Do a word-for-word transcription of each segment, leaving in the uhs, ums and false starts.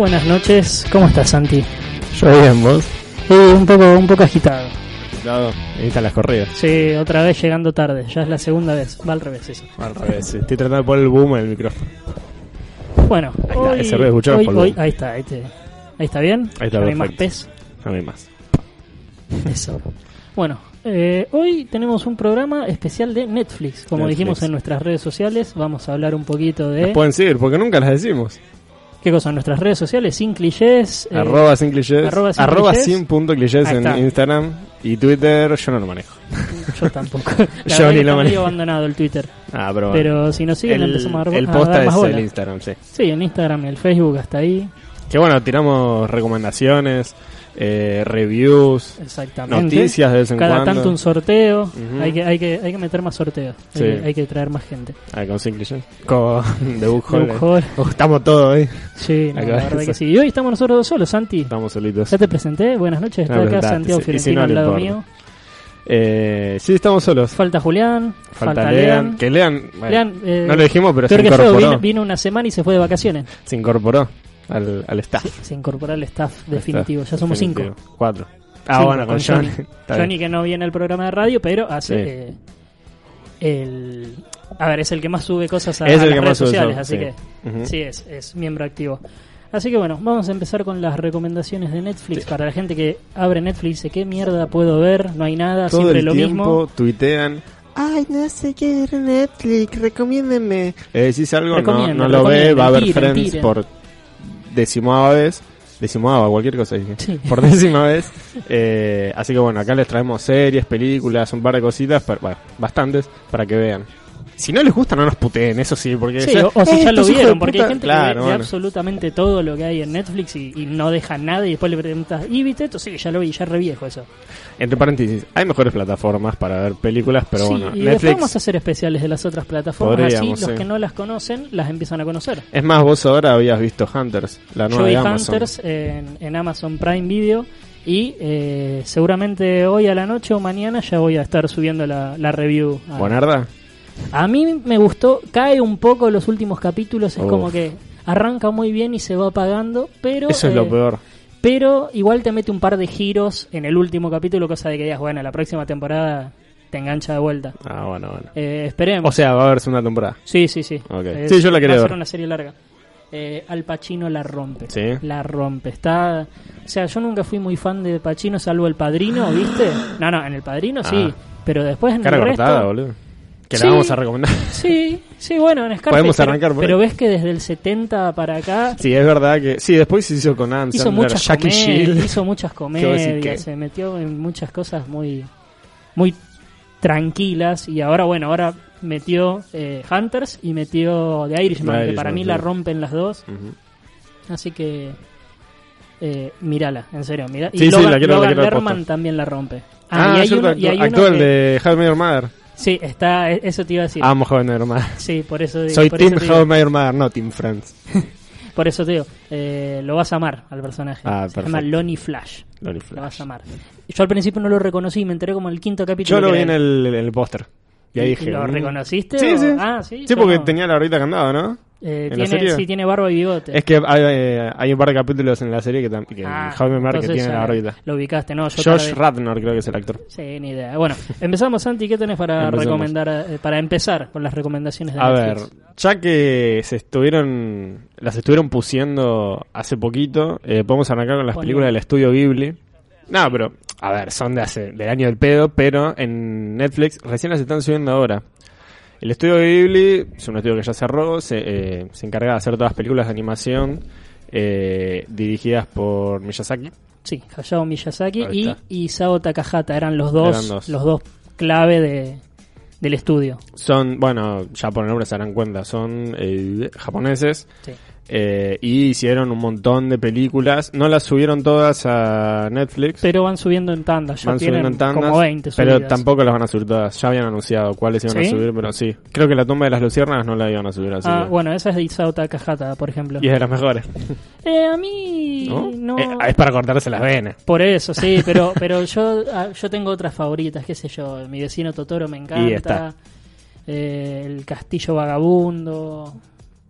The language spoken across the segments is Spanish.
Buenas noches, ¿cómo estás, Santi? Yo bien, ¿vos? Sí, un poco, un poco agitado. Claro, ahí están las corridas. Sí, otra vez llegando tarde, ya es la segunda vez, va al revés eso. Va al revés, sí. Estoy tratando de poner el boom en el micrófono. Bueno, ahí hoy, está, se escuchó, hoy, hoy, ahí está, ahí, te, ahí está bien, ahí está, no perfecto. hay más pez. No hay más. Eso. Bueno, eh, hoy tenemos un programa especial de Netflix, como Netflix. dijimos en nuestras redes sociales, vamos a hablar un poquito de... Las pueden seguir, porque nunca las decimos. ¿Qué cosa? En nuestras redes sociales, sin clichés. Eh, arroba sin clichés. Arroba sin, arroba clichés. sin punto clichés Ahí en está. Instagram. Y Twitter yo no lo manejo. Yo tampoco. La Yo verdad ni que lo está manejo. medio abandonado el Twitter. Ah, pero bueno. Pero si nos siguen el, empezamos a dar, el a posta dar más es bola. el Instagram, sí. Sí, en Instagram, el Facebook, hasta ahí. Que bueno, tiramos recomendaciones, eh, reviews, Exactamente. noticias de vez en Cada cuando. tanto un sorteo. Ujú. hay, que, hay, que, hay que meter más sorteos. Sí. Hay, que, hay que traer más gente. Ah, con sin clichés. Con The Book De Hall. Book Hall. Oh, estamos todos ahí. Sí, no, La la verdad cabeza. que sí. Y hoy estamos nosotros dos solos, Santi. Estamos solitos. Ya te presenté. Buenas noches. Está Ah, acá presentaste, Santiago sí. Y si Fiorentino no, al no lado importa. mío. Eh, sí, estamos solos. Falta Julián. Falta, Falta, Lean. Lean. Que Lean, bueno, Lean, eh, no lo dijimos, pero se Peor que yo, incorporó. vino, vino una semana y se fue de vacaciones. Se incorporó al, al staff. Se, se incorporó al staff Al definitivo. staff Ya somos definitivo. cinco. Cuatro. Ah, Cinco, bueno, con, con Johnny. Johnny. Está Johnny bien. que no viene al programa de radio, pero hace Sí. eh, el... A ver, es el que más sube cosas a, Es a el las que redes más sube sociales, eso, así sí. que Ujú. sí, es, es miembro activo. Así que bueno, vamos a empezar con las recomendaciones de Netflix. Para la gente que abre Netflix y dice, ¿qué mierda puedo ver? No hay nada, Todo siempre el lo tiempo mismo. tuitean. Ay, no sé qué era Netflix, recomiéndenme. Le decís algo, no, Recomienden, no lo ve, recomienden, va a ver tiren, Friends tiren. por decimoava vez. Decimoava, cualquier cosa dije. Sí. Por décima vez. Eh, así que bueno, acá les traemos series, películas, un par de cositas, para, bueno, bastantes, para que vean. Si no les gusta, no nos puteen, eso sí, porque... Sí, ya- o, o si "Eh, ya lo estos hijos de vieron, porque hay puta". gente Claro, que ve, ve bueno. absolutamente todo lo que hay en Netflix y, y no deja nada y después le preguntas, ¿y viste esto? Sí, ya lo vi, ya es re viejo eso. Entre paréntesis, hay mejores plataformas para ver películas, pero sí, bueno, y después Netflix... vamos a hacer especiales de las otras plataformas, así Podríamos, los sí. que no las conocen las empiezan a conocer. Es más, vos ahora habías visto Hunters, la Yo nueva vi de Amazon. Hunters en, en Amazon Prime Video y eh, seguramente hoy a la noche o mañana ya voy a estar subiendo la, la review. a- ¿Buenarda? A mí me gustó, cae un poco los últimos capítulos, es Uf. como que arranca muy bien y se va apagando, pero... Eso es eh, lo peor. Pero igual te mete un par de giros en el último capítulo, cosa de que digas, bueno, la próxima temporada te engancha de vuelta. Ah, bueno, bueno. Eh, esperemos. O sea, va a haber segunda temporada. sí, sí, sí. Ok. Es- Sí, yo la quería va a ser ver. una serie larga. Eh, Al Pacino la rompe. Sí. La rompe. Está... O sea, yo nunca fui muy fan de Pacino, salvo El Padrino, ¿viste? No, no, en El Padrino sí. Ah. Pero después en Cara el cortada, resto... boludo. Que Sí. la vamos a recomendar. Sí, sí, bueno, en Scarface. Podemos pero- arrancar por Pero ahí. ves que desde el setenta para acá Sí, es verdad que... Sí, después se hizo con Adam hizo Sandler, muchas Jackie comedias, Shield. hizo muchas ¿Qué vos decís comedias, qué? se metió en muchas cosas muy muy tranquilas y ahora bueno, ahora metió eh, Hunters y metió The Irishman, The que Irishman, para mí sí. la rompen las dos, Ujú. así que eh, mírala, en serio, mira. Y Sí, sí, Logan, la quiero- la Logan quiero ver Lerman posta. también la rompe. Ah, y hay cierto, uno, y hay actúa- uno actúa el que- de How I Met Your Mother. sí, está, eso te iba a decir. Amo How I Met Your Mother. Sí, por eso digo, Soy por Team eso te digo. How I Met Your Mother, no Team Friends. Por eso te digo, eh, lo vas a amar al personaje. Ah, Se llama perfecto. Lonnie Flash. Lonnie Lo Flash. vas a amar. Yo al principio no lo reconocí, me enteré como en el quinto capítulo. Yo lo que vi era en él. el, en el póster. Y ahí ¿Y dije... ¿Lo mm. reconociste? Sí, o- sí. Ah, sí. Sí, yo porque no. tenía la barbita candado, ¿no? Eh, en la tiene, serie. sí, tiene barba y bigote. Es que hay, eh, hay un par de capítulos en la serie que, tam- que Ah, en How I Met Your Mother que entonces tiene la ya barbita. Lo ubicaste, no, yo Josh tardé. Radnor creo que es el actor. Sí, ni idea. Bueno, empezamos, Santi. ¿Qué tenés para Empecemos. recomendar, eh, para empezar con las recomendaciones de A ver, Netflix? ya que se estuvieron, las estuvieron pusiendo hace poquito, eh, podemos arrancar con las Ponle. películas del estudio Ghibli. No, pero, a ver, son de hace, del año del pedo, pero en Netflix recién las están subiendo ahora. El estudio Ghibli es un estudio que ya cerró, se, eh, se encarga de hacer todas las películas de animación eh, dirigidas por Miyazaki. Sí, Hayao Miyazaki Ahí y está. Isao Takahata eran los dos, Eran dos. los dos clave de, del estudio. Son, bueno, ya por el nombre se darán cuenta, son eh, japoneses. Sí. Eh, y hicieron un montón de películas. No las subieron todas a Netflix. Pero van subiendo en tandas, ya Van tienen subiendo en tandas. como veinte pero subidas. tampoco las van a subir todas. Ya habían anunciado cuáles iban ¿Sí? a subir, pero sí. Creo que La tumba de las luciérnagas no la iban a subir así. Ah, que- bueno, esa es de Isao Takahata, por ejemplo. Y es de las mejores. Eh, a mí ¿No? no... Eh, es para cortarse las venas. Por eso, sí, pero pero yo ah, yo tengo otras favoritas, qué sé yo. Mi vecino Totoro me encanta. Y está. Eh, el Castillo Vagabundo.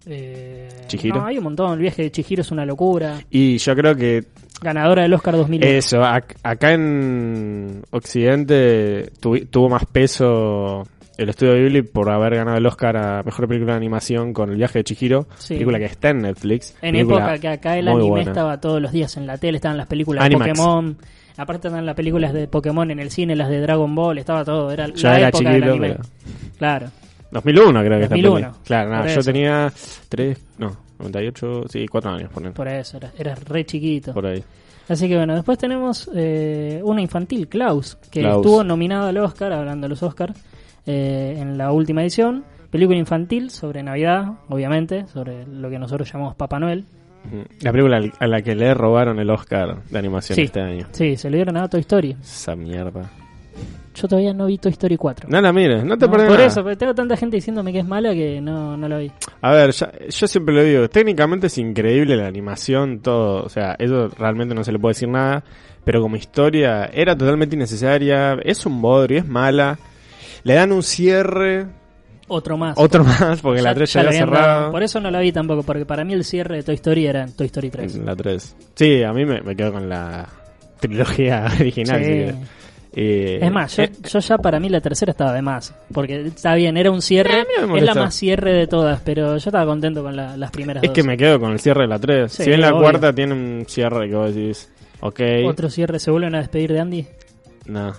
Eh, ¿Chihiro? No, hay un montón. El viaje de Chihiro es una locura. Y yo creo que Ganadora del Oscar dos mil uno. eso, ac- acá en Occidente tuvi- tuvo más peso el estudio Ghibli por haber ganado el Oscar a Mejor Película de Animación con El viaje de Chihiro, Sí. película que está en Netflix. En película época que acá el muy anime buena. estaba todos los días en la tele, estaban las películas Animax. de Pokémon, aparte estaban las películas de Pokémon en el cine, las de Dragon Ball, estaba todo, era Ya la era época del chiquito, anime. pero- Claro. dos mil uno creo que dos mil uno, esta peli. Claro, nada, por yo eso. tenía tres, no, noventa y ocho, sí, cuatro años, poner, Por eso, era, era re chiquito. por ahí. Así que bueno, después tenemos eh, una infantil, Klaus, que Klaus. estuvo nominada al Oscar, hablando de los Oscars, eh, en la última edición. Película infantil sobre Navidad, obviamente, sobre lo que nosotros llamamos Papá Noel. Ujú. La película al- a la que le robaron el Oscar de animación Sí. este año. Sí, se le dieron a Toy Story. Esa mierda. Yo todavía no vi Toy Story cuatro. No la mires, no te No, perdés por nada. eso, porque tengo tanta gente diciéndome que es mala que no, no la vi. A ver, ya- yo siempre lo digo, técnicamente es increíble la animación, todo, o sea, eso realmente no se le puede decir nada, pero como historia era totalmente innecesaria, es un bodrio, es mala, le dan un cierre, Otro más. otro más, porque la Ya- tres ya ya había le habían dado. cerrado. Por eso no la vi tampoco, porque para mí el cierre de Toy Story era en Toy Story tres. La tres. Sí, a mí me, me quedo con la trilogía original. Sí. si querés. Eh, Es más, yo, eh, yo ya para mí la tercera estaba de más. Porque está bien, era un cierre. Eh, a mí no me es la molesta. más cierre de todas, pero yo estaba contento con la- las primeras es dos. que me quedo con el cierre de la tres. Sí, si bien la obvio. cuarta tiene un cierre que vos decís, ok, Otro cierre, ¿se vuelven a despedir de Andy? no.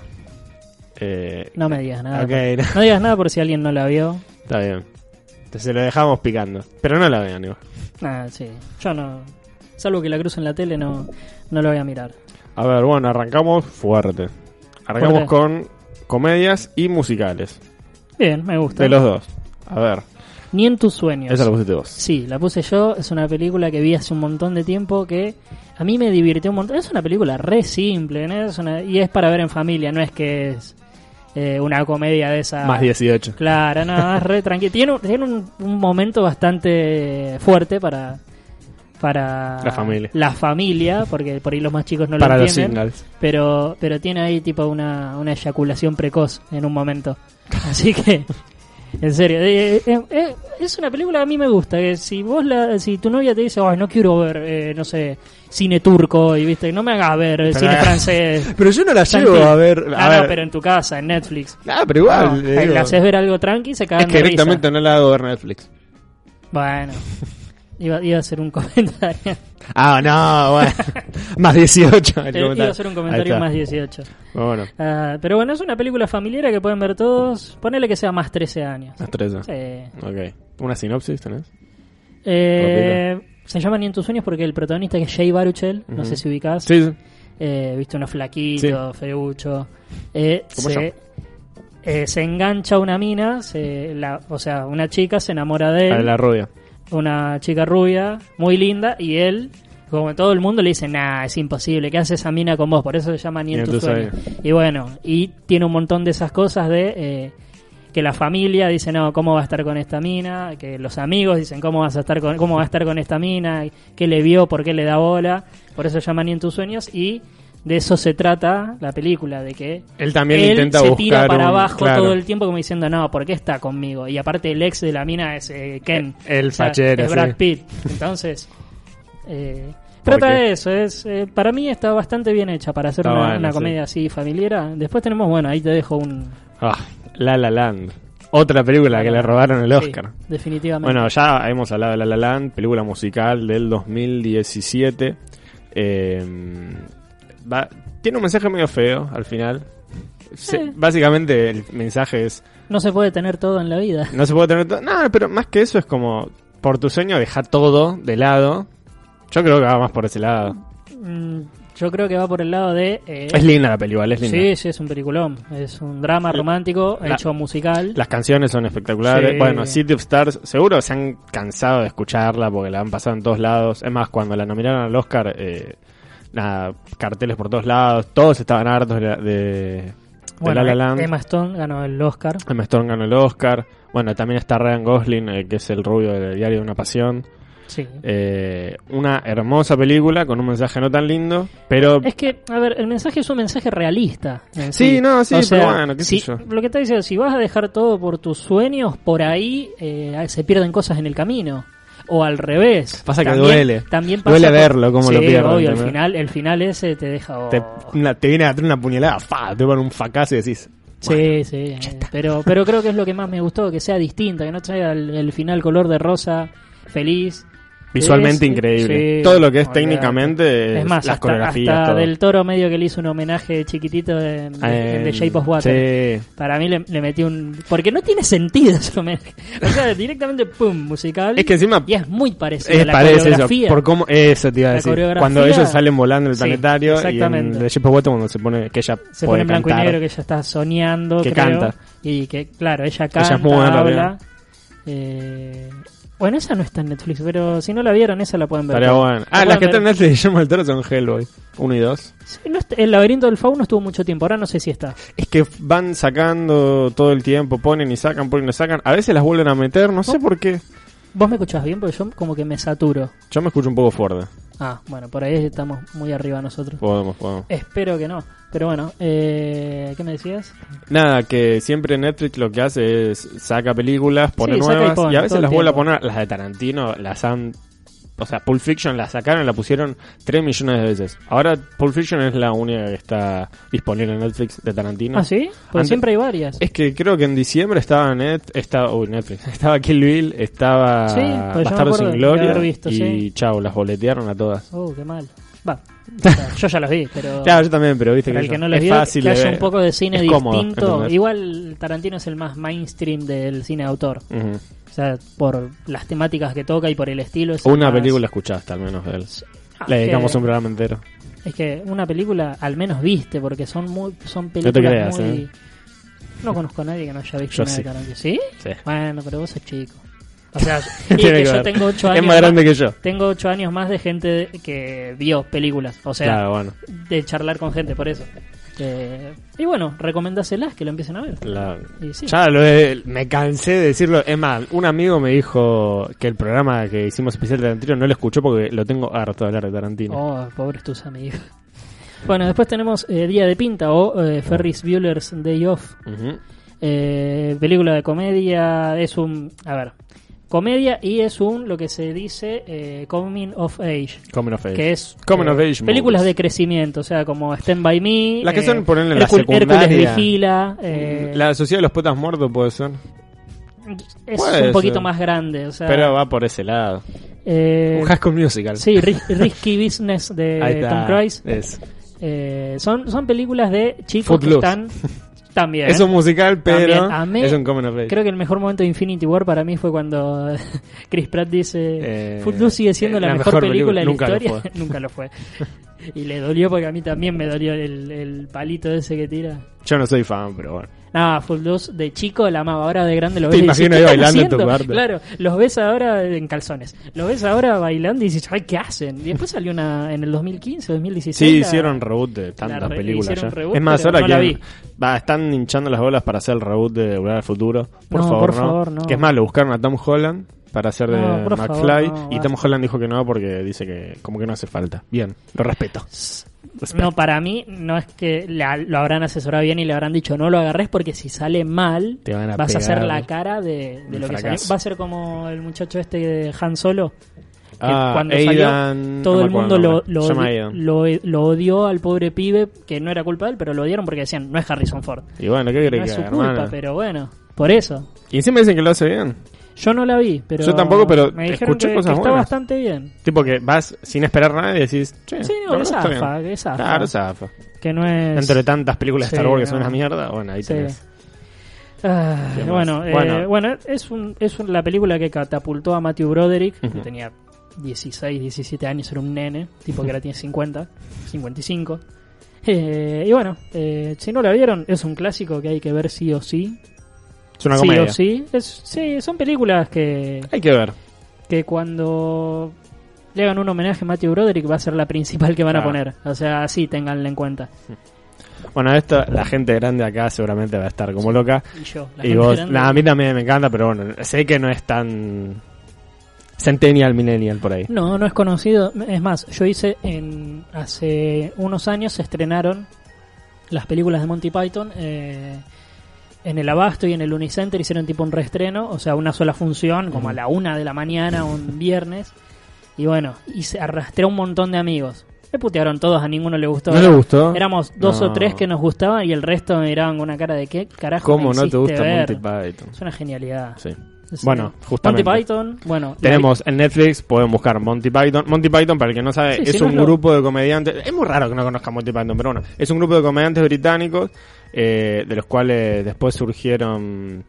Eh, No me digas nada. ok, no. No digas nada por si alguien no la vio. Está bien. Entonces lo dejamos picando. Pero no la vean, igual. Nada, sí. Yo no. Salvo que la cruce en la tele, no, no la voy a mirar. A ver, bueno, arrancamos fuerte. Arrancamos Fuerte. con comedias y musicales. Bien, me gusta. De los dos. A ver, Ni en tus sueños. esa la pusiste vos. Sí, la puse yo. Es una película que vi hace un montón de tiempo que a mí me divirtió un montón. Es una película re simple, ¿no? Es una- y es para ver en familia, no es que es eh, una comedia de esa... Más dieciocho. Claro, no, es re tranquilo. Tiene, un- tiene un, un momento bastante fuerte para... Para La familia. la familia, porque por ahí los más chicos no Para lo los entienden. singles. Pero, pero tiene ahí tipo una, una eyaculación precoz en un momento. Así que, en serio, eh, eh, eh, es una película que a mí me gusta. Que si vos la, si tu novia te dice, ay, no quiero ver, eh, no sé, cine turco, y viste, no me hagas ver eh, Pero- cine francés. Pero yo no la Santi. llevo a ver. A Ah, ver. no, pero en tu casa, en Netflix. Ah, pero igual. No, le ahí digo. le haces ver algo tranqui, se cagan Es que de risa. directamente no la hago ver Netflix. Bueno, iba, iba a hacer un comentario. Ah, no, bueno. Más dieciocho. el iba a comentario. hacer un Ahí comentario está. más dieciocho. Bueno, Ah, pero bueno, es una película familiar que pueden ver todos. Ponele que sea más trece años. las tres. ¿no? Sí. Ok. ¿Una sinopsis tenés? Eh, se llama Ni en tus sueños porque el protagonista que es Jay Baruchel, no Ujú. sé si ubicás, Sí, sí. eh, viste uno flaquito, feucho, eh, Como se, eh, se engancha a una mina, se, la, o sea, una chica se enamora de A él, la rubia. una chica rubia, muy linda, y él, como todo el mundo, le dice, nah, es imposible, ¿qué hace esa mina con vos? Por eso se llama Ni en tus sueños. Y bueno, y tiene un montón de esas cosas de... Eh, que la familia dice, no, ¿cómo va a estar con esta mina? Que los amigos dicen, ¿cómo vas a estar con, cómo va a estar con esta mina? ¿Qué le vio? ¿Por qué le da bola? Por eso se llama Ni en tus sueños. Y de eso se trata la película, de que Él también él intenta se buscar tira para un- abajo claro. todo el tiempo como diciendo, no, ¿por qué está conmigo? Y aparte el ex de la mina es eh, Ken. El O sea, fachero, es Brad sí. Pitt. Entonces... Eh, ¿Por trata qué? de eso, es eh, para mí está bastante bien hecha para hacer Está una, bueno, una sí. comedia así familiar. Después tenemos, bueno, ahí te dejo un... Ah, La La Land. Otra película que le robaron el Sí, Oscar. definitivamente. Bueno, ya hemos hablado de La La Land, película musical del dos mil diecisiete. Eh, va- tiene un mensaje medio feo al final. Se- Eh. Básicamente el mensaje es, No se puede tener todo en la vida. no se puede tener todo. No, pero más que eso es como, por tu sueño deja todo de lado. Yo creo que va más por ese lado. Mm, Yo creo que va por el lado de... eh, Es linda la película, es linda. sí, sí, es un peliculón. Es un drama romántico La- hecho musical. Las canciones son espectaculares. Sí. Bueno, City of Stars, seguro se han cansado de escucharla porque la han pasado en todos lados. Es más, cuando la nominaron al Oscar, eh, nada, carteles por todos lados. Todos estaban hartos de, de, de Bueno, La La Land. Emma Stone ganó el Oscar. Emma Stone ganó el Oscar. Bueno, también está Ryan Gosling, eh, que es el rubio del Diario de una Pasión. Sí. Eh, una hermosa película con un mensaje no tan lindo, pero... Es que, a ver, el mensaje es un mensaje realista. en Sí, no, sí, O pero sea, bueno, qué sé si- yo. Lo que está diciendo, si vas a dejar todo por tus sueños, por ahí eh, se pierden cosas en el camino. O al revés. Pasa que también, duele. También pasa duele por... verlo, como sí, lo pierden. obvio, el final, el final ese te deja... Oh. Te, una, te viene a dar una puñalada, ¡fa! Te ponen un fracaso y decís... Sí, bueno, sí. Eh, pero, pero creo que es lo que más me gustó, que sea distinta, que no traiga el, el final color de rosa, feliz. Visualmente es, increíble. Sí, Todo lo que es olvidate. técnicamente, es más, las hasta, coreografías, hasta todo. Del Toro medio que le hizo un homenaje chiquitito en, eh, en The Shape of Water. Sí. Para mí le, le metí un... Porque no tiene sentido ese homenaje. O sea, directamente, pum, musical. Es que encima... Y es muy parecido Es la parece coreografía. eso, por cómo, eso te iba a La decir. coreografía- Cuando ellos salen volando en el Sí, planetario y en exactamente. The Shape of Water cuando se pone, que ella Se puede pone en blanco cantar. y negro, que ella está soñando, Que creo, canta. y que, claro, ella canta, es muy buena, habla. Eh, bueno, esa no está en Netflix, pero si no la vieron, esa la pueden ver. Estaría bueno. Ah, La las que pueden están en Netflix de Guillermo del Toro son Hellboy uno y dos. Sí, no está- el laberinto del fauno estuvo mucho tiempo, ahora no sé si está. Es que van sacando todo el tiempo, ponen y sacan, ponen y sacan. A veces las vuelven a meter, no sé por qué. ¿Vos me escuchás bien? Porque yo como que me saturo. Yo me escucho un poco fuerte. Ah, bueno, por ahí estamos muy arriba nosotros. Podemos, podemos. Espero que no. Pero bueno, eh, ¿qué me decías? Nada, que siempre Netflix lo que hace es saca películas, pone Sí, saca y nuevas pone y a veces todo el las vuelve a tiempo. poner. Las de Tarantino las han... O sea, Pulp Fiction la sacaron y la pusieron tres millones de veces. Ahora Pulp Fiction es la única que está disponible en Netflix de Tarantino. ¿Ah, sí? Porque Antes- siempre hay varias. Es que creo que en diciembre estaba Net, estaba, uy, Netflix, estaba Kill Bill, estaba Sí, pues yo me Bastardo acuerdo sin de Gloria haber visto, y sí. chau, las boletearon a todas. Oh, qué mal. Va, o sea, yo ya los vi, pero... Claro, yo también, pero viste Para que, el que yo- no los es vio, fácil que de haya ver. un poco de cine Es cómodo, distinto. ¿entendés? Igual Tarantino es el más mainstream del cine de autor. Ujú. O sea, por las temáticas que toca y por el estilo. Es el Una más- película escuchaste al menos de él. Ah, Le es dedicamos que- un programa entero. Es que una película al menos viste, porque son muy son te películas creas, muy... ¿eh? No conozco a nadie que no haya visto Yo una sí. de Tarantino. ¿Sí? Sí. Bueno, pero vos sos chico. O sea, y Tiene que que yo ver. tengo ocho años Es más grande que yo. Tengo ocho años más de gente que vio películas. O sea, Claro, bueno. de charlar con gente, por eso. Eh, y bueno, recomendáselas que lo empiecen a ver. La- Y sí. Ya lo he- me cansé de decirlo. Es más, un amigo me dijo que el programa que hicimos especial de Tarantino no lo escuchó porque lo tengo harto de hablar de Tarantino. Oh, pobres tus amigos. Bueno, después tenemos eh, Día de Pinta o eh, Ferris Bueller's Day Off. Ujú. Eh, película de comedia, es un... A ver, comedia y es un, lo que se dice, eh, Coming of Age. Coming of Age. Que es Coming eh, of Age películas movies. de crecimiento, o sea, como Stand By Me. Las que eh, son, ponerle en la Hércules- secundaria. Hércules Vigila. eh, La Sociedad de los Poetas Muertos puede ser. es puede un poquito ser. más grande, o sea... Pero va por ese lado. eh, Un High School Musical. sí, Ri- Risky Business de Ahí está. Tom Cruise. Es, Eh, son, son películas de chicos que Footloose. están... También. es un musical, pero También. Amé- es un Coming of Age. Creo que el mejor momento de Infinity War para mí fue cuando Chris Pratt dice Eh, Footloose sigue siendo eh, la, la mejor, mejor película de la película, nunca lo historia. Nunca lo fue. Y le dolió porque a mí también me dolió el, el palito ese que tira. Yo no soy fan, pero bueno. Nada, Footloose de chico la amaba, ahora de grande lo Te ves y imagino dices, ahí ¿qué bailando están en tu haciendo? cuarto. Claro, los ves ahora en calzones. Los ves ahora bailando y dices, ay, ¿qué hacen? Y después salió una en el dos mil quince, dos mil dieciséis. Sí, la- hicieron reboot de tantas la re- películas hicieron ya. reboot, Es más, pero ahora no la quieren- vi. va, están hinchando las bolas para hacer el reboot de Volver al Futuro. Por No, favor, por no. favor, no. Que es más, lo buscaron a Tom Holland para hacer de No, por McFly favor, no, y Tom basta. Holland dijo que no porque dice que como que no hace falta. Bien, lo respeto. No, para mí no es que la- lo habrán asesorado bien y le habrán dicho no lo agarres porque si sale mal Te van a vas a hacer pegar la cara de, de un lo que fracaso. salió. Va a ser como el muchacho este de Han Solo. Que Ah, cuando Aidan, salió todo no me el mundo acuerdo lo, el nombre. lo, Se llama odi- Aidan. lo, lo odió al pobre pibe, que no era culpa de él, pero lo odiaron porque decían no es Harrison Ford. Y bueno, ¿qué No crees es que su haga, culpa, hermano? pero bueno, por eso. Y encima dicen que lo hace bien. Yo no la vi, pero... Yo tampoco, pero me dijeron escuché que, cosas que está buenas. bastante bien. Tipo que vas sin esperar nada y decís, che, Sí, la no, verdad que está zafa, bien. que zafa. Claro, zafa. Que no es... Entre tantas películas de Sí, Star Wars que son no. una mierda, bueno, ahí Sí. tenés. Ah, ¿Qué más? bueno, eh, Bueno. bueno, es, un, es un- la película que catapultó a Matthew Broderick, que Ujú. tenía dieciséis, diecisiete años, era un nene, tipo que ahora tiene cincuenta, cincuenta y cinco. Eh, y bueno, eh, si no la vieron, es un clásico que hay que ver sí o sí. Es una sí comedia. o sí. Es, sí, son películas que, Hay que ver. que cuando le hagan un homenaje a Matthew Broderick va a ser la principal que van a Claro. poner. O sea, así tenganla en cuenta. Bueno, esto, la gente grande acá seguramente va a estar como loca. Y yo, la Y gente vos, grande- nah, a mí también me encanta, pero bueno, sé que no es tan centennial, millennial por ahí. No, no es conocido. Es más, yo hice en hace unos años se estrenaron las películas de Monty Python eh, en el Abasto y en el Unicenter hicieron tipo un reestreno, o sea, una sola función, como uh-huh. a la una de la mañana, un viernes. Y bueno, y se arrastró un montón de amigos. Me putearon todos, a ninguno le gustó. ¿No le gustó? Éramos dos no. o tres que nos gustaban y el resto me miraban con una cara de ¿qué carajo ¿Cómo me no te gusta ver? Monty Python? Es una genialidad. Sí. Es bueno, una... justamente. Monty Python, bueno. Tenemos la... en Netflix, pueden buscar Monty Python. Monty Python, para el que no sabe, sí, es si un no es grupo lo... de comediantes. Es muy raro que no conozcan Monty Python, pero bueno, es un grupo de comediantes británicos, eh, de los cuales después surgieron...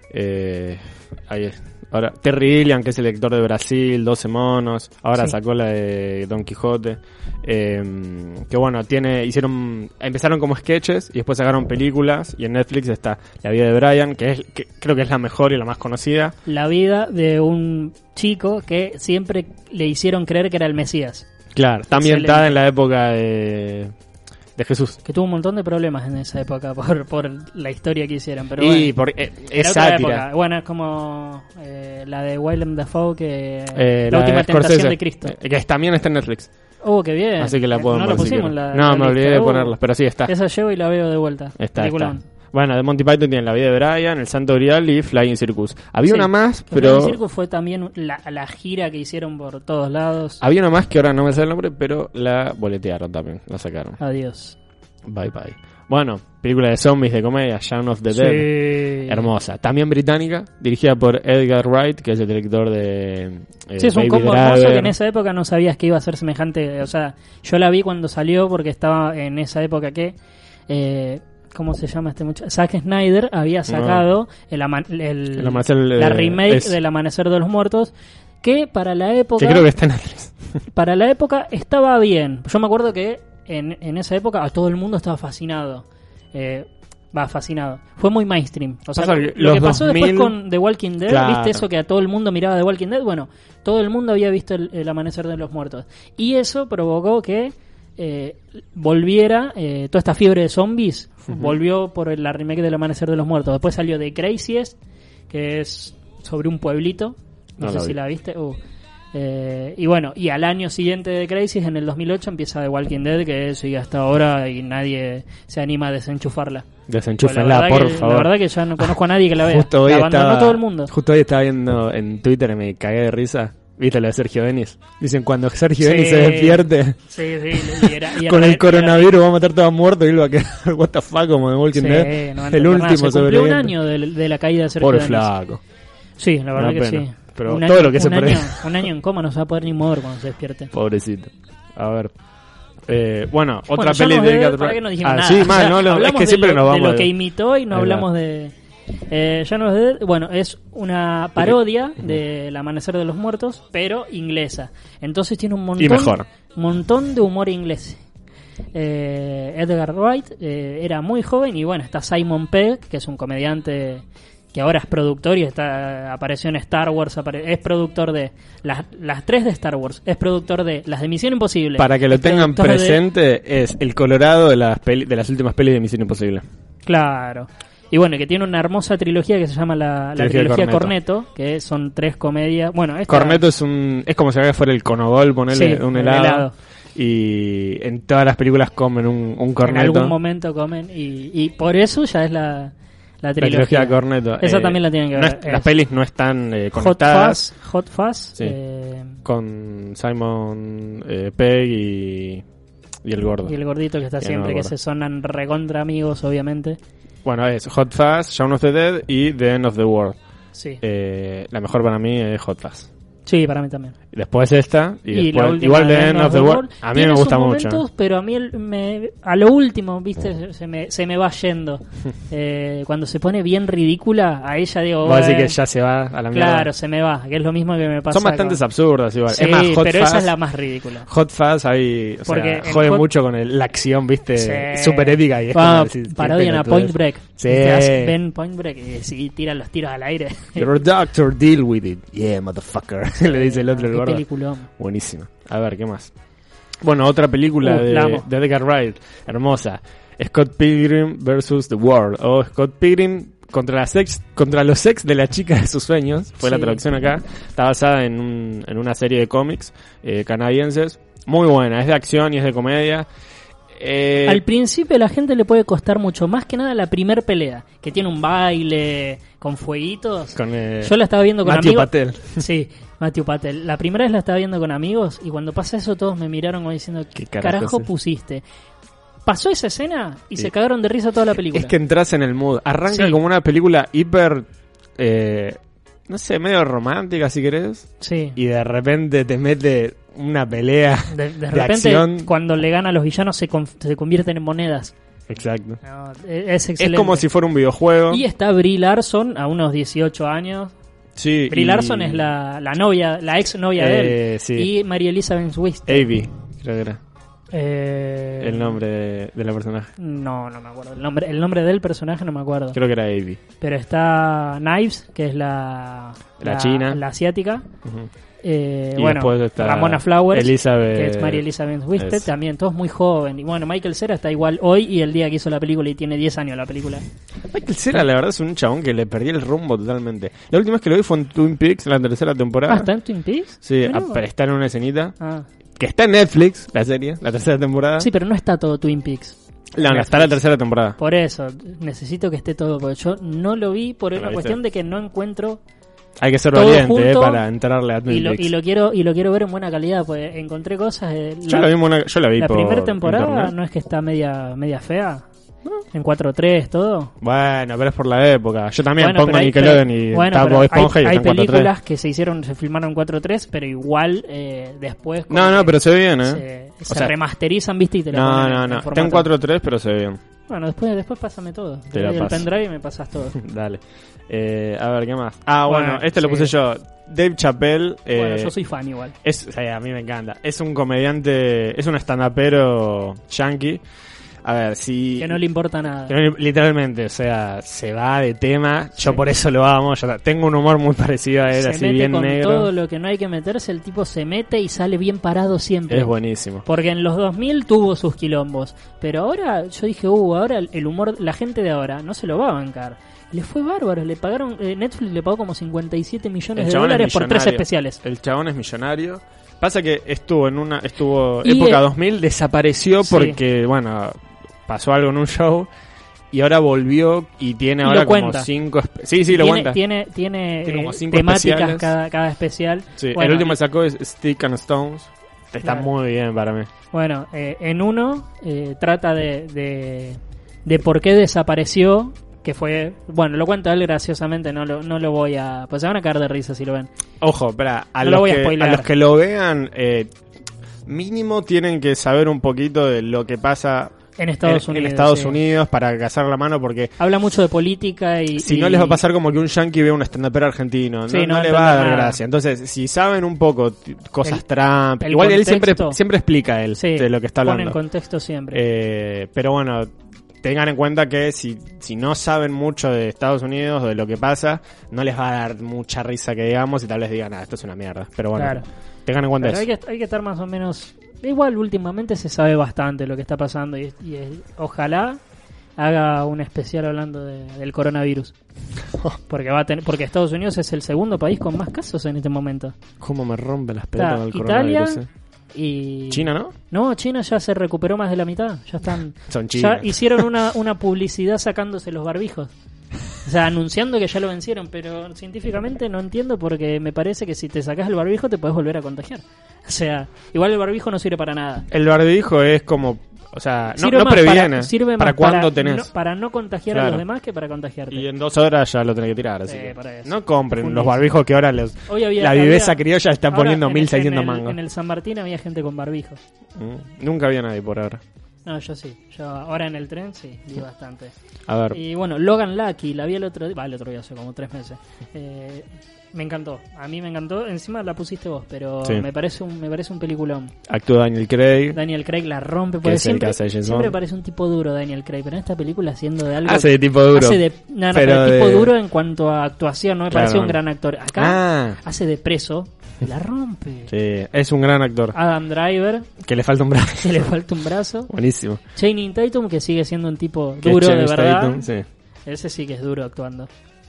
Eh, ahí es. Ahora, Terry Gilliam, que es el lector de Brasil, doce monos, ahora sí. sacó la de Don Quijote, eh, que bueno, tiene, hicieron, empezaron como sketches y después sacaron películas, y en Netflix está La vida de Brian, que es, que creo que es la mejor y la más conocida. La vida de un chico que siempre le hicieron creer que era el Mesías. Claro, está ambientada en la época de... de Jesús. Que tuvo un montón de problemas en esa época por, por la historia que hicieron. Pero y bueno, por, eh, es sátira. Bueno, es como eh, la de Willem Dafoe, que eh, la, la última de tentación de Cristo. Eh, que también está en Netflix. Oh, qué bien. Así que la puedo No ver la pusimos si la, No, la me olvidé lista. de ponerla, pero sí está. Esa llevo y la veo de vuelta. Está, está. Bueno, de Monty Python tienen La vida de Brian, El Santo Grial y Flying Circus. Había sí, una más, pero... Flying Circus fue también la, la gira que hicieron por todos lados. Había una más que ahora no me sale el nombre, pero la boletearon también, la sacaron. Adiós. Bye bye. Bueno, película de zombies de comedia, Shaun of the sí. Dead. Hermosa. También británica, dirigida por Edgar Wright, que es el director de... Eh, sí, es un Baby combo Driver. hermoso que en esa época no sabías que iba a ser semejante. O sea, yo la vi cuando salió porque estaba en esa época que... Eh, ¿Cómo se llama este muchacho? Zack Snyder había sacado no. el, ama- el, el amanecer, la remake es... del Amanecer de los Muertos, que para la época... Que creo que está en Netflix. Para la época estaba bien. Yo me acuerdo que en, en esa época a todo el mundo estaba fascinado. Eh, va, fascinado. Fue muy mainstream. O sea, lo, lo que pasó dos mil... después con The Walking Dead, claro. ¿Viste eso que a todo el mundo miraba The Walking Dead? Bueno, todo el mundo había visto el, el Amanecer de los Muertos. Y eso provocó que eh, volviera eh, toda esta fiebre de zombies. Uh-huh. Volvió por la remake del Amanecer de los Muertos. Después salió The Craziest, que es sobre un pueblito. No, no sé si vi. La viste. Uh. Eh, y bueno, y al año siguiente de Craziest, en el dos mil ocho, empieza The Walking Dead, que sigue hasta ahora y nadie se anima a desenchufarla. Desenchúfenla, por que, favor. La verdad que ya no conozco a nadie que la vea. Justo hoy la abandonó estaba, todo el mundo. Justo hoy estaba viendo en Twitter y me cagué de risa. ¿Viste lo de Sergio Denis? Dicen, cuando Sergio sí, Denis se despierte sí, sí, y era, y era, con el era, coronavirus va a matar todo muerto y él va a quedar what the fuck como de Walking sí, Dead. No el último se cumplió un año de, de la caída de Sergio Pobre Denis. Flaco. Sí, la verdad Una que pena. sí. Pero un todo año, lo que se perdió. Un año en coma no se va a poder ni mover cuando se despierte. Pobrecito. A ver. Eh, bueno, otra bueno, peli de Edgar Wright. No dijimos ah, nada. Sí, o mal, sea, no, lo, es que siempre lo, nos vamos de lo que imitó y no hablamos va. de... Eh, ya no es de... Bueno, es una parodia del Amanecer de los Muertos, pero inglesa. Entonces tiene un montón, y mejor. montón de humor inglés. Eh, Edgar Wright eh, era muy joven y bueno, está Simon Pegg, que es un comediante que ahora es productor y está apareció en Star Wars, apare- es productor de las, las tres de Star Wars, es productor de las de Misión Imposible. Para que lo tengan presente, de... es el Colorado de las, peli- de las últimas pelis de Misión Imposible. Claro. Y bueno, que tiene una hermosa trilogía que se llama la, la trilogía, trilogía Cornetto. Cornetto, que son tres comedias. Bueno, esta... Cornetto es un es como si fuera el Conogol, ponerle sí, un helado, helado. Y en todas las películas comen un, un Cornetto. En algún momento comen y, y por eso ya es la... La trilogía, la trilogía Cornetto. Esa eh, también la tienen que no ver. Es, las pelis no están eh, conectadas. Hot Fuzz. Hot Fuzz sí. eh, con Simon eh, Pegg y, y el gordo. Y el gordito que está y siempre, no que se sonan recontra amigos, obviamente. Bueno, es Hot Fuzz, Shaun of the Dead y The End of the World. Sí. Eh, la mejor para mí es Hot Fuzz. Sí, para mí también. Y después esta, y, y después, igual The End of the World. A mí me gusta mucho. Momentos, pero a mí el, me, a lo último, viste, se me, se me va yendo. eh, cuando se pone bien ridícula, a ella digo... Vos decís que ya se va a la mierda. Claro, se me va, que es lo mismo que me pasa. Son bastantes con... absurdas igual. Sí, es más, Hot pero Fuzz, esa es la más ridícula. Hot Fuzz ahí, o Porque sea, jode Hot... mucho con el, la acción, viste, sí. súper épica. Y es ah, como decir, parodian a Point Break. Sí. Ven Point Break y sí, tiran los tiros al aire. You're a doctor, deal with it. Yeah, motherfucker. Le dice el otro el gordo. Peliculón. Buenísima. A ver, ¿qué más? Bueno, otra película uh, de, de Edgar Wright, hermosa. Scott Pilgrim versus The World. O Scott Pilgrim contra, la sex, contra los ex de la chica de sus sueños. Fue sí. La traducción acá. Está basada en, un, en una serie de cómics eh, canadienses. Muy buena. Es de acción y es de comedia. Eh, Al principio a la gente le puede costar mucho, más que nada la primer pelea, que tiene un baile con fueguitos. Con, eh, Yo la estaba viendo con Matthew amigos. Patel. Sí, Matthew Patel. La primera vez la estaba viendo con amigos y cuando pasa eso todos me miraron como diciendo, ¿qué carajo, carajo pusiste? Pasó esa escena y sí. se cagaron de risa toda la película. Es que entras en el mood. Arranca sí. como una película hiper... Eh, no sé, medio romántica si querés. Sí. Y de repente te mete una pelea de, de, de repente acción. Cuando le gana a los villanos se, con, se convierten en monedas. Exacto. No, es excelente. Es como si fuera un videojuego. Y está Brie Larson a unos dieciocho años. Sí. Brie y... Larson es la, la novia, la ex novia eh, de él. Sí. Y María Elizabeth Winstead. Abby, creo que era. Eh... El nombre de, de la personaje. No, no me acuerdo. El nombre, el nombre del personaje no me acuerdo. Creo que era Abby. Pero está Knives, que es la... La, la china. La asiática. Uh-huh. Eh, y bueno, después está Ramona Flowers, Elizabeth, que es María Elizabeth Winstead, es. también, todos muy joven. Y bueno, Michael Cera está igual hoy y el día que hizo la película y tiene diez años la película. Michael Cera, la verdad, es un chabón que le perdí el rumbo totalmente. La última vez que lo vi fue en Twin Peaks, en la tercera temporada. Ah, ¿está en Twin Peaks? Sí, a, pero está en una escenita. Ah. Que está en Netflix, la serie, la tercera temporada. Sí, pero no está todo Twin Peaks. No, no, está la tercera temporada. Por eso, necesito que esté todo, porque yo no lo vi por una ¿Lo cuestión de que no encuentro... Hay que ser valiente eh, para entrarle a Twin y lo, Peaks. Y lo quiero y lo quiero ver en buena calidad, pues encontré cosas. Eh, yo, la, la, vi yo la vi La por primera temporada internet. No es que está media media fea. ¿No? En cuatro tres todo. Bueno, pero es por la época. Yo también bueno, pongo hay, Nickelodeon pero, y bueno, está Bob Esponja hay, y hay está en películas cuatro tres. que se hicieron, se filmaron en cuatro tres, pero igual eh, después... No, no, pero se ve bien, ¿eh? Se, se sea, remasterizan, ¿viste? Y te la no, ponen no, en, no. en Está en cuatro tres, pero se ve bien. Bueno, después después pásame todo. Te Te la doy paso. el pendrive y me pasas todo. Dale. Eh, a ver, ¿qué más? Ah, bueno, Bueno, este sí. lo puse yo. Dave Chappelle. Eh, Bueno, yo soy fan igual. Es, o sea, a mí me encanta. Es un comediante, es un stand-upero yankee. A ver, si... Que no le importa nada. que no- literalmente, o sea, se va de tema. Yo por eso lo amo. Yo tengo un humor muy parecido a él, Se así mete bien con negro. todo lo que no hay que meterse, el tipo se mete y sale bien parado siempre. Es buenísimo. Porque en los dos mil tuvo sus quilombos, pero ahora yo dije, uh, ahora el el humor, la gente de ahora no se lo va a bancar. Le fue bárbaro, le pagaron, eh, Netflix le pagó como cincuenta y siete millones El de chabón es dólares por tres millonario. especiales. El chabón es millonario. Pasa que estuvo en una estuvo Y, época eh, dos mil, desapareció sí. porque, bueno, pasó algo en un show y ahora volvió y tiene Y ahora lo como cuenta. cinco... espe- Sí, sí, lo tiene, cuenta. tiene, tiene, Tiene como eh, cinco temáticas especiales. cada, cada especial. Sí, Bueno, el último que sacó es Stick and Stones. Está Claro. muy bien para mí. Bueno, eh, en uno eh, trata de, de, de por qué desapareció, que fue, bueno, lo cuenta él graciosamente, no lo, no lo voy a, pues se van a caer de risa si lo ven. Ojo, espera, a, No lo los voy a que, a spoilear. los que lo vean, eh, mínimo tienen que saber un poquito de lo que pasa En Estados en, Unidos. en Estados sí. Unidos para cazar la mano, porque Habla mucho de política y... si y- no les va a pasar como que un yankee vea un stand-upero argentino, Sí, no, no no le va a dar entiende nada. gracia. Entonces, si saben un poco t- cosas El- Trump, el igual él siempre contexto. siempre explica él Sí, de lo que está pone hablando. en contexto siempre. Eh, pero bueno, tengan en cuenta que si, si no saben mucho de Estados Unidos o de lo que pasa, no les va a dar mucha risa que digamos y tal vez digan, ah, esto es una mierda. Pero bueno, Claro. tengan en cuenta Pero eso. hay que, hay que estar más o menos... Igual últimamente se sabe bastante lo que está pasando y, y es- ojalá haga un especial hablando de- del coronavirus. Porque va a tener, porque Estados Unidos es el segundo país con más casos en este momento. ¿Cómo me rompe las pelotas Está del Italia coronavirus? eh? y... China, ¿no? No, China ya se recuperó más de la mitad. Ya están... Son Ya chinos. hicieron una, una publicidad sacándose los barbijos. O sea, anunciando que ya lo vencieron, pero científicamente no entiendo porque me parece que si te sacas el barbijo te puedes volver a contagiar. O sea, igual el barbijo no sirve para nada. El barbijo es como, o sea, no, Sirve no más previene. Para, sirve ¿Para más cuándo para tenés? No, para no contagiar a Claro. los demás que para contagiarte. Y en dos horas ya lo tenés que tirar, así Sí, que para eso. no compren Fundísimo. los barbijos que ahora los, Hoy había- la viveza había- criolla está ahora poniendo en- mil seiscientos en el- mangos. En el San Martín había gente con barbijo. Mm, Nunca había nadie por ahora. No, yo sí. Yo ahora en el tren sí, vi bastante. A ver, Y bueno, Logan Lucky, la vi el otro día, va, el otro día hace como tres meses. Eh, me encantó, a mí me encantó. Encima la pusiste vos, pero Sí. me parece un me parece un peliculón. actúa Daniel Craig. Daniel Craig la rompe, Que porque es el que siempre, hace Jason. siempre parece un tipo duro Daniel Craig, pero en esta película haciendo de algo... Hace de tipo duro. Hace de, no, no, pero pero tipo de- duro en cuanto a actuación, no me Claro. pareció un gran actor. Acá Ah, hace de preso, la rompe. sí, es un gran actor. Adam Driver, Que le falta un brazo. que le falta un brazo. Buenísimo. Channing Tatum, que sigue siendo un tipo Que es duro de Channing verdad. Tatum, sí. Ese sí que es duro actuando.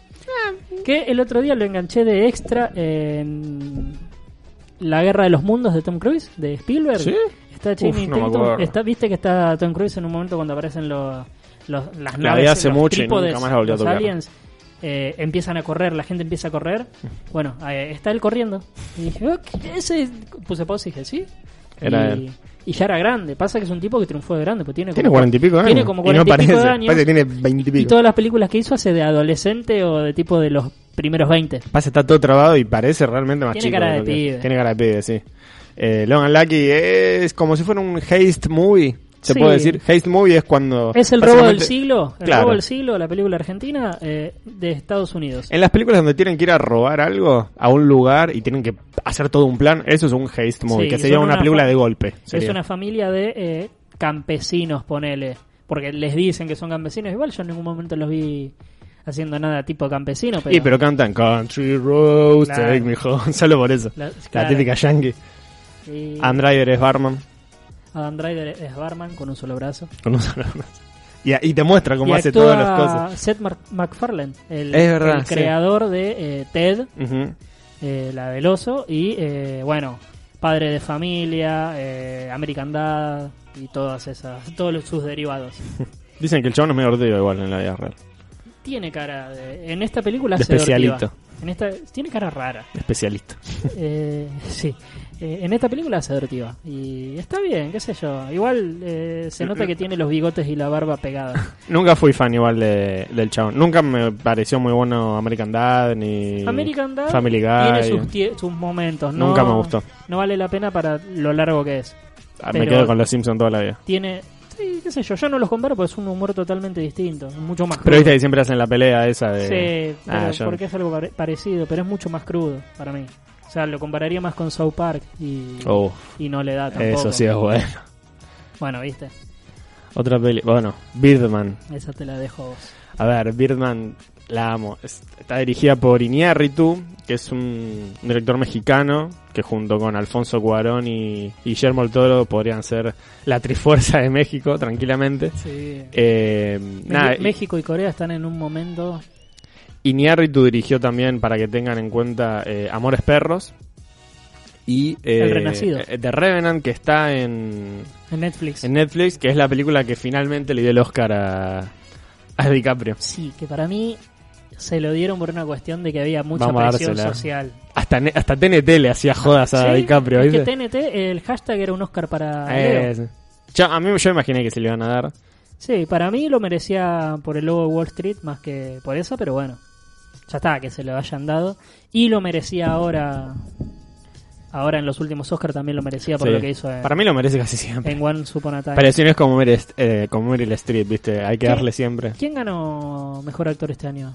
Que el otro día lo enganché de extra en La Guerra de los Mundos de Tom Cruise, de Spielberg. ¿Sí? Está está Channing no me Tatum, acuerdo. está, viste que está Tom Cruise en un momento cuando aparecen los, los las La naves, vi hace los mucho y trípodes, nunca más la volví a los tocar. aliens, eh, empiezan a correr, la gente empieza a correr. Bueno, eh, está él corriendo. Y dije, oh, ¿qué ese? Puse pausa y dije, ¿sí? Era y, él. y ya era grande. Pasa que es un tipo que triunfó de grande, pues tiene como, Tiene cuarenta y pico años. tiene como y no cuarenta y pico parece, de años. parece que tiene veinte y pico. Y todas las películas que hizo hace de adolescente o de tipo de los primeros veinte. Pasa, está todo trabado y parece realmente más Tiene chico. cara de lo que- pibe. Tiene cara de pibe, sí. Eh, Logan Lucky es como si fuera un haste movie, se Sí. puede decir. Haste movie es cuando... Es el robo del básicamente- siglo, el Claro. robo del siglo, la película argentina eh, de Estados Unidos. En las películas donde tienen que ir a robar algo a un lugar y tienen que hacer todo un plan, eso es un haste movie, Sí, que sería son una, una película fa- de golpe. Es sería. una familia de eh, campesinos, ponele. Porque les dicen que son campesinos. Igual yo en ningún momento los vi haciendo nada tipo campesino. Pero, Y pero cantan Country Roads, Claro. Take Me Home, solo por eso. La- La claro. típica yankee. Y Adam Driver es barman. Adam Driver es barman con un solo brazo. Con un solo brazo. y, y te muestra cómo y hace actúa todas las cosas. Seth Mac- MacFarlane, el, Es verdad, el sí. creador de eh, Ted, Ujú. eh, la del oso, y eh, bueno, padre de familia, eh, American Dad y todas esas, todos los- sus derivados. Dicen que el chabón es medio ortigo igual en la vida real. Tiene cara de, en esta película De hace de especialista. ortiva. En esta tiene cara rara. Especialista. Eh, sí. Eh, en esta película hace ortiva y está bien, qué sé yo. Igual eh, se nota que tiene los bigotes y la barba pegadas. Nunca fui fan igual de, del chabón. Nunca me pareció muy bueno American Dad ni American Dad Family Guy. tiene sus, tie- sus momentos. No, Nunca me gustó. No vale la pena para lo largo que es. Ah, Me pero- quedo con los Simpsons toda la vida. Tiene, sí, qué sé yo. Yo no los comparo porque es un humor totalmente distinto, mucho más. Pero crudo. viste que siempre hacen la pelea esa de... Sí, pero Ah, yo- porque es algo pare- parecido, pero es mucho más crudo para mí. O sea, lo compararía más con South Park y, Oh, y no le da tampoco. eso sí es bueno. Bueno, viste, Otra peli... Bueno, Birdman. esa te la dejo a vos. A ver, Birdman la amo. Es- está dirigida por Iñárritu, que es un director mexicano que junto con Alfonso Cuarón y Guillermo del Toro podrían ser la trifuerza de México tranquilamente. Sí. Eh, Me- nada, México y Corea están en un momento. Iñárritu dirigió también, para que tengan en cuenta, eh, Amores Perros y eh, El Renacido. eh, The Revenant, que está en, En Netflix. en Netflix, que es la película que finalmente le dio el Oscar a, a DiCaprio. Sí, que para mí se lo dieron por una cuestión de que había mucha Vamos a presión dársela. social. Hasta, ne- hasta T N T le hacía jodas a Sí, DiCaprio, es que ¿viste? T N T, el hashtag era un Oscar para Leo. Es- Yo, a mí yo imaginé que se le iban a dar. Sí, para mí lo merecía por el logo de Wall Street más que por eso, pero bueno, ya está, que se lo hayan dado. Y lo merecía ahora, ahora en los últimos Oscars también lo merecía por Sí. lo que hizo en, Para mí lo merece casi siempre. en One Upon a Time. Pero si no es como Meryl, eh, como Meryl Streep, ¿viste? Hay que ¿Qué? darle siempre. ¿Quién ganó Mejor Actor este año?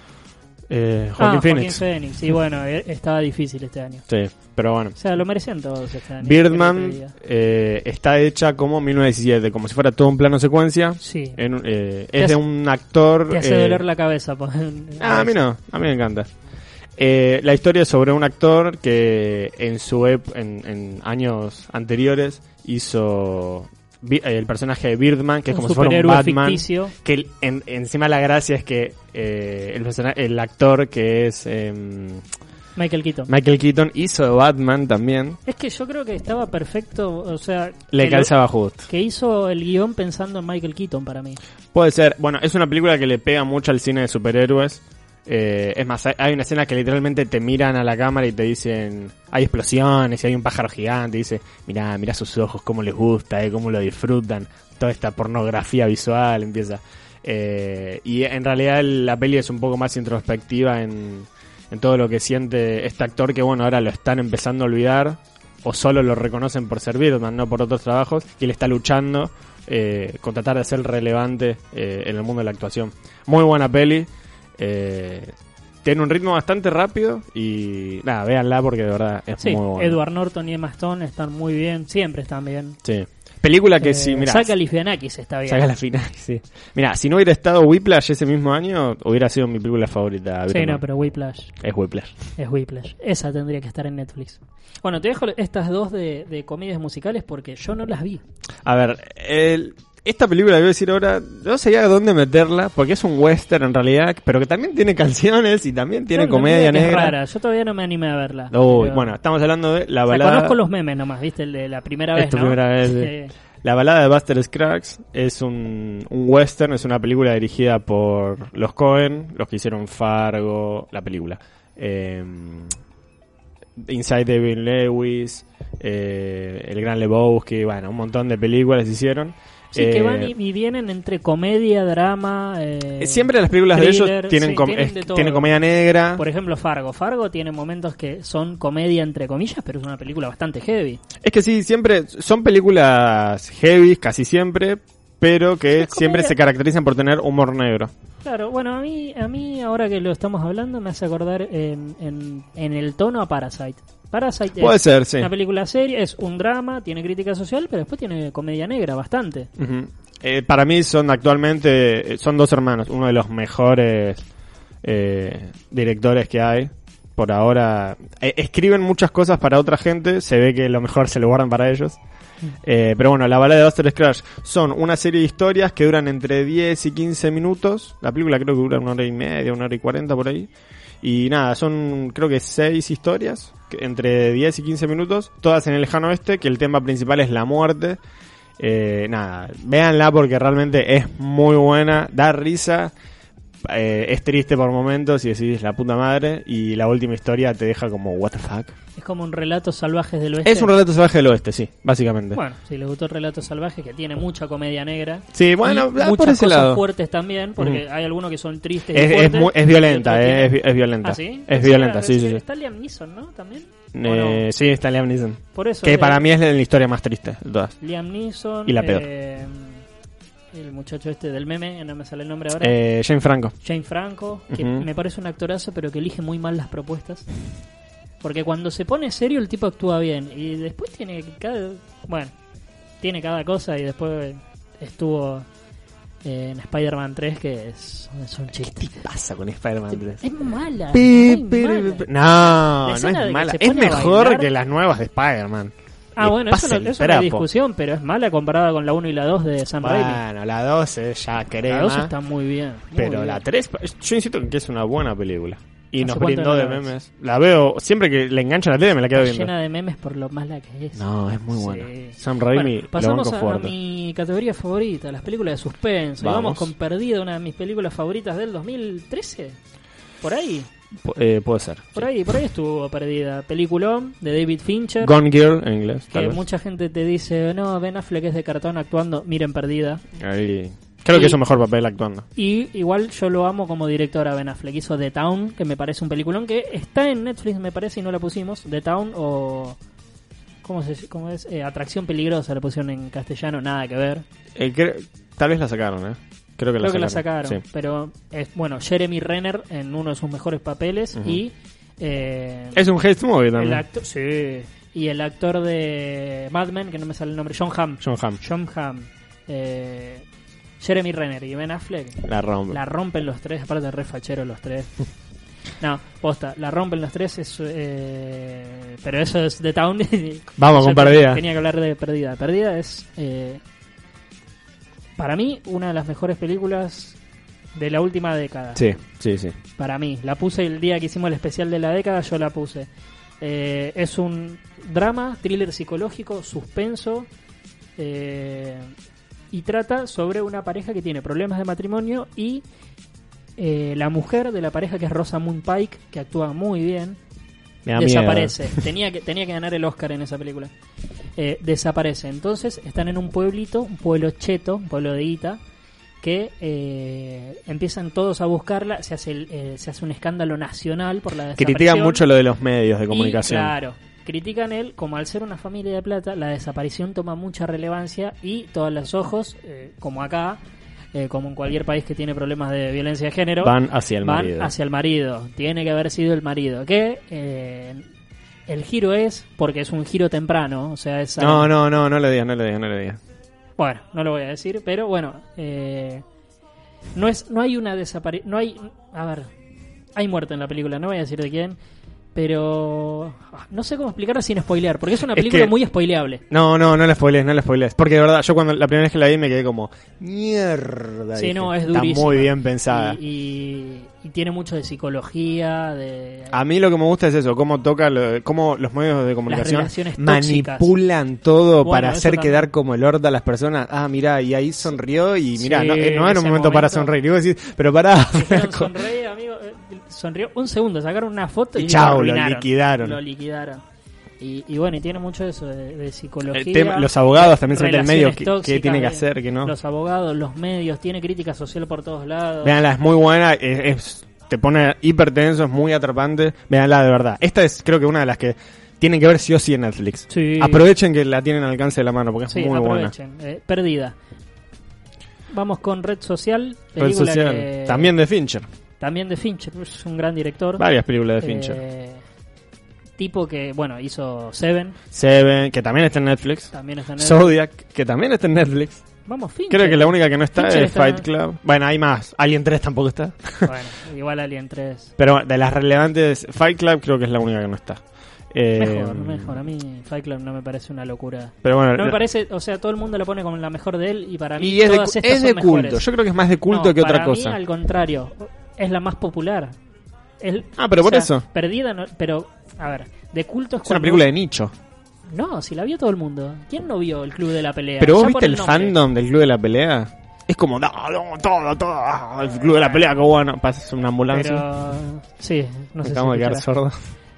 Eh, Ah, Joaquin Phoenix. Joaquin Phoenix. Sí, bueno, eh, estaba difícil este año. Sí, pero bueno. O sea, lo merecían todos este año. Birdman ¿qué querés que te diga? eh, está hecha como mil novecientos diecisiete, como si fuera todo un plano secuencia. Sí, En un- eh, Te es hace- de un actor... te hace eh, doler la cabeza. pues. Ah, a mí no, a mí me encanta. Eh, la historia es sobre un actor que en su ep- en, en años anteriores hizo vi- el personaje de Birdman, que es Un como si fuera un superhéroe Batman. ficticio. Que el- en- encima la gracia es que eh, el, persona- el actor que es em, Michael Keaton. Michael Keaton hizo de Batman también. Es que yo creo que estaba perfecto, o sea, Le que, lo- calzaba justo. que hizo el guión pensando en Michael Keaton para mí. Puede ser, bueno, es una película que le pega mucho al cine de superhéroes. Eh, es más, hay- hay una escena que literalmente te miran a la cámara y te dicen, hay explosiones y hay un pájaro gigante, y dice, mirá, mirá sus ojos, cómo les gusta, eh, cómo lo disfrutan, toda esta pornografía visual empieza. Eh, y en realidad la peli es un poco más introspectiva en, en todo lo que siente este actor, que bueno, ahora lo están empezando a olvidar, o solo lo reconocen por ser Birdman, no por otros trabajos, y él está luchando eh, con tratar de ser relevante eh, en el mundo de la actuación. Muy buena peli. Eh, tiene un ritmo bastante rápido y nada, véanla porque de verdad es Sí, muy buena. Edward Norton y Emma Stone están muy bien, siempre están bien. Sí. Película que Eh, sí, mira, Saca Galifianakis está bien. saca la final, sí. Mira, si no hubiera estado Whiplash ese mismo año, hubiera sido mi película favorita. Sí, Birdman. no, pero Whiplash Es Whiplash. es Whiplash. Esa tendría que estar en Netflix. Bueno, te dejo estas dos de, de comedias musicales porque yo no las vi. A ver, el, esta película, debo decir ahora, no sabía dónde meterla, porque es un western en realidad, pero que también tiene canciones y también tiene Yo, comedia negra. Es rara. Yo todavía no me animé a verla. Uy, pero... Bueno, estamos hablando de la o sea, balada... conozco los memes nomás, ¿viste? El de la primera vez, Esta ¿no? primera vez, sí. La balada de Buster Scruggs es un, un western, es una película dirigida por los Coen, los que hicieron Fargo, la película. Eh, Inside Devin Lewis, eh, El Gran Lebowski, bueno, un montón de películas hicieron. Sí, eh, que van y, y vienen entre comedia, drama... Eh, siempre las películas thriller, de ellos tienen, sí, com- tienen, es, tienen comedia negra. Por ejemplo, Fargo. Fargo tiene momentos que son comedia entre comillas, pero es una película bastante heavy. Es que sí, siempre son películas heavy, casi siempre, pero que siempre se caracterizan por tener humor negro. Claro, bueno, a mí, a mí ahora que lo estamos hablando me hace acordar en, en, en el tono a Parasite. Parasite Puede es ser, sí. una película seria, es un drama, tiene crítica social, pero después tiene comedia negra bastante. Uh-huh. Eh, para mí son actualmente, son dos hermanos, uno de los mejores eh, directores que hay. Por ahora, eh, escriben muchas cosas para otra gente, se ve que lo mejor se lo guardan para ellos. Eh, pero bueno, la balada de Buster Scruggs son una serie de historias que duran entre diez y quince minutos. La película creo que dura una hora y media, una hora y cuarenta por ahí. Y nada, son creo que seis historias, que entre diez y quince minutos, todas en el lejano oeste, que el tema principal es la muerte. Eh, nada, véanla porque realmente es muy buena, da risa, eh, es triste por momentos y decís la puta madre, y la última historia te deja como what the fuck. Es como un relato salvajes del oeste. Es un relato salvaje del oeste, sí, básicamente. Bueno, si les gustó el relato salvaje, que tiene mucha comedia negra. Sí, bueno, y muchas por ese cosas lado. fuertes también, porque Uh-huh. hay algunos que son tristes Es, y es, fuertes. muy, es violenta, y eh, es, tiene... es violenta. ¿Ah, sí? Es Sí, violenta, sí, sí, sí, sí, sí. Está Liam Neeson, ¿no? ¿También? Eh, no? Sí, está Liam Neeson. Por eso que es para el... mí es la historia más triste de todas. Liam Neeson. Y la peor. Eh, el muchacho este del meme, no me sale el nombre ahora. Eh, Jane Franco. Jane Franco, que Uh-huh. me parece un actorazo, pero que elige muy mal las propuestas. Porque cuando se pone serio el tipo actúa bien. Y después tiene cada... Bueno, tiene cada cosa y después estuvo eh, en Spider-Man tres, que es, es un chiste. ¿Qué pasa con Spider-Man tres? Es mala. Pi, muy pi, mala. pi, No, La no escena de es que mala. se Es pone a mejor bailar. que las nuevas de Spider-Man. Ah, Le bueno, pasa eso no, el eso no hay trapo. discusión, pero es mala comparada con la uno y la dos de Sam Raimi. Bueno, la dos es ya crema. La dos está muy bien. muy Pero bien. la tres, yo insisto que es una buena película. Y ¿Hace nos cuánto brindó no de la ves? memes. La veo, siempre que le engancha la tele me la quedo Está viendo. llena de memes por lo mala que es. No, es muy Sí. buena. Sam Raimi Bueno, lo pasamos banco a, a fuerte. mi categoría favorita, las películas de suspenso. Y Vamos. vamos con Perdida, una de mis películas favoritas del dos mil trece. Por ahí, Pu- eh, puede ser. por sí. ahí, por ahí estuvo Perdida. Peliculón de David Fincher. Gone Girl en inglés. que tal vez. mucha gente te dice, no, Ben Affleck es de cartón actuando. Miren Perdida. Ahí. Creo Y- que es su mejor papel actuando. Y igual yo lo amo como director a Ben Affleck. Hizo The Town, que me parece un peliculón que está en Netflix, me parece, y no la pusimos. The Town o... ¿Cómo, se, cómo es? Eh, Atracción Peligrosa la pusieron en castellano, nada que ver. Eh, cre- tal vez la sacaron, ¿eh? Creo que Creo que la la sacaron. sacaron. Sí. Pero, es bueno, Jeremy Renner en uno de sus mejores papeles. Ujú. Y... Eh, Es un hate movie el también. actor, sí. Y el actor de Mad Men, que no me sale el nombre, John Hamm. John Hamm. John Hamm. Eh, Jeremy Renner y Ben Affleck La rompe. la rompen los tres, aparte de re fachero los tres. No, posta, la rompen los tres, es, eh, pero eso es The Town. Vamos con Yo te- Perdida. Tenía que hablar de Perdida. Perdida es, eh, para mí, una de las mejores películas de la última década. Sí, sí, sí. Para mí, la puse el día que hicimos el especial de la década, yo la puse. Eh, es un drama, thriller psicológico, suspenso, eh, y trata sobre una pareja que tiene problemas de matrimonio y eh, la mujer de la pareja, que es Rosamund Pike, que actúa muy bien, Me da desaparece. miedo. Tenía que, tenía que ganar el Oscar en esa película. Eh, desaparece. Entonces están en un pueblito, un pueblo cheto, un pueblo de Ita, que eh, empiezan todos a buscarla. Se hace, el, eh, se hace un escándalo nacional por la desaparición. Critican mucho lo de los medios de comunicación. Y, claro, critican él, como al ser una familia de plata, la desaparición toma mucha relevancia y todos los ojos, eh, como acá, eh, como en cualquier país que tiene problemas de violencia de género, Van hacia el van marido. hacia el marido. Tiene que haber sido el marido. Que eh, el giro es, porque es un giro temprano, o sea, es... No, no, no, no le digas, no le digas, no le digas. Bueno, no lo voy a decir, pero bueno, eh, no es, no hay una desaparición, no hay, a ver, hay muerte en la película, no voy a decir de quién, Pero no sé cómo explicarla sin spoilear, porque es una película es que, muy spoileable. No, no, no la spoilees, no la spoilees. Porque de verdad, yo cuando la primera vez que la vi me quedé como, mierda. Sí, dije, no, es durísima. Está muy bien pensada. Y, y, y tiene mucho de psicología, de... A mí lo que me gusta es eso, cómo toca, lo, cómo los medios de comunicación manipulan todo bueno, para hacer quedar también. Como el orto a las personas. Ah, mirá, y ahí sonrió y mirá, sí, no, no era un momento, momento para sonreír. Y vos decís, pero pará. Sonreí, amigo. Sonrió un segundo, sacaron una foto y, y chau, lo, lo liquidaron. Lo liquidaron. Y, y bueno, y tiene mucho eso de, de psicología. El tema, los abogados también se meten en medio. ¿Qué, ¿Qué tiene que hacer? ¿Qué no? Los abogados, los medios, tiene crítica social por todos lados. Veanla, es muy buena. Es, es, te pone hiper tenso, es muy atrapante. Veanla de verdad. Esta es, creo que, una de las que tienen que ver sí o sí en Netflix. Sí. Aprovechen que la tienen al alcance de la mano porque es sí, muy aprovechen. buena. Eh, perdida. Vamos con Red Social. Red Social. Que... También de Fincher. También de Fincher, es un gran director. Varias películas de Fincher. Eh, tipo que, bueno, hizo Seven. Seven, que también está en Netflix. También está en Netflix. Zodiac, que también está en Netflix. Vamos, Fincher. Creo que la única que no está Fincher es está... Fight Club. Bueno, hay más. Alien tres tampoco está. Bueno, igual Alien tres. Pero de las relevantes, Fight Club creo que es la única que no está. Eh, mejor, mejor. A mí Fight Club no me parece una locura. Pero bueno, no me parece, o sea, todo el mundo lo pone como la mejor de él y para mí y es todas de, estas es de son culto. Mejores. Yo creo que es más de culto no, que otra para cosa. Mí, al contrario, es la más popular. El, ah, pero por sea, eso. Perdida, no, pero a ver, de culto es, es una película de nicho. No, si la vio todo el mundo. ¿Quién no vio el Club de la Pelea? Pero vos ya viste el, el fandom del Club de la Pelea. Es como, no, no, todo, todo. El Club de la Pelea, qué bueno. Pasa una ambulancia. Pero, sí, no sé. Acabamos si de quedar sordos.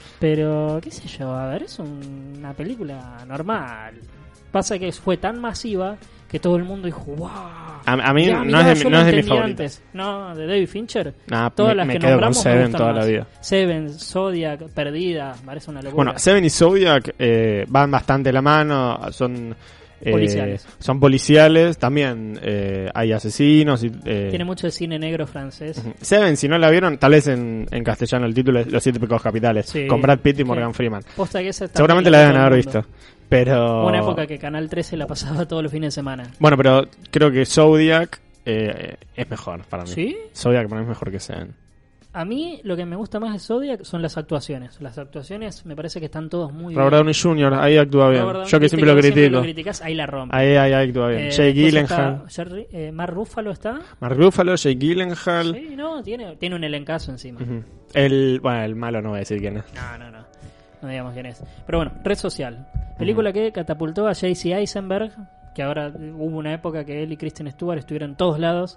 Pero, qué sé yo, a ver, es un, una película normal. Pasa que fue tan masiva que todo el mundo dijo, wow. A, a mí ya, no, mirá, es de, no es de mis favoritos. No, de David Fincher. Nah, todas me, las me que quedo nombramos con Seven me gustan toda más. la vida. Seven, Zodiac, Perdida, parece una locura. Bueno, Seven y Zodiac eh, van bastante de la mano, son... Eh, policiales. Son policiales, también eh, hay asesinos. Y, eh, tiene mucho de cine negro francés. Uh-huh. Seven, si no la vieron, tal vez en, en castellano el título es Los Siete Pecados Capitales, sí, con Brad Pitt y Morgan sí. Freeman. Posta que esa seguramente la deben haber visto. Pero... una época que Canal trece la pasaba todos los fines de semana. Bueno, pero creo que Zodiac eh, es mejor para mí. ¿Sí? Zodiac para mí es mejor que Seven. A mí lo que me gusta más de Zodiac son las actuaciones. Las actuaciones me parece que están todos muy Robert bien. Downey junior, ahí actúa bien. Robert Yo que siempre lo critico. Siempre lo criticas, ahí la rompe. Ahí, ahí, ahí actúa bien. Eh, Jake Gyllenhaal. Jerry, eh, Mark Ruffalo está. Mark Ruffalo, Jake Gyllenhaal. Sí, no, tiene, tiene un elencazo encima. Uh-huh. El, bueno, el malo no voy a decir quién es. No, no, no. No digamos quién es. Pero bueno, Red Social. Película uh-huh. que catapultó a J C Eisenberg, que ahora hubo una época que él y Kristen Stewart estuvieron en todos lados.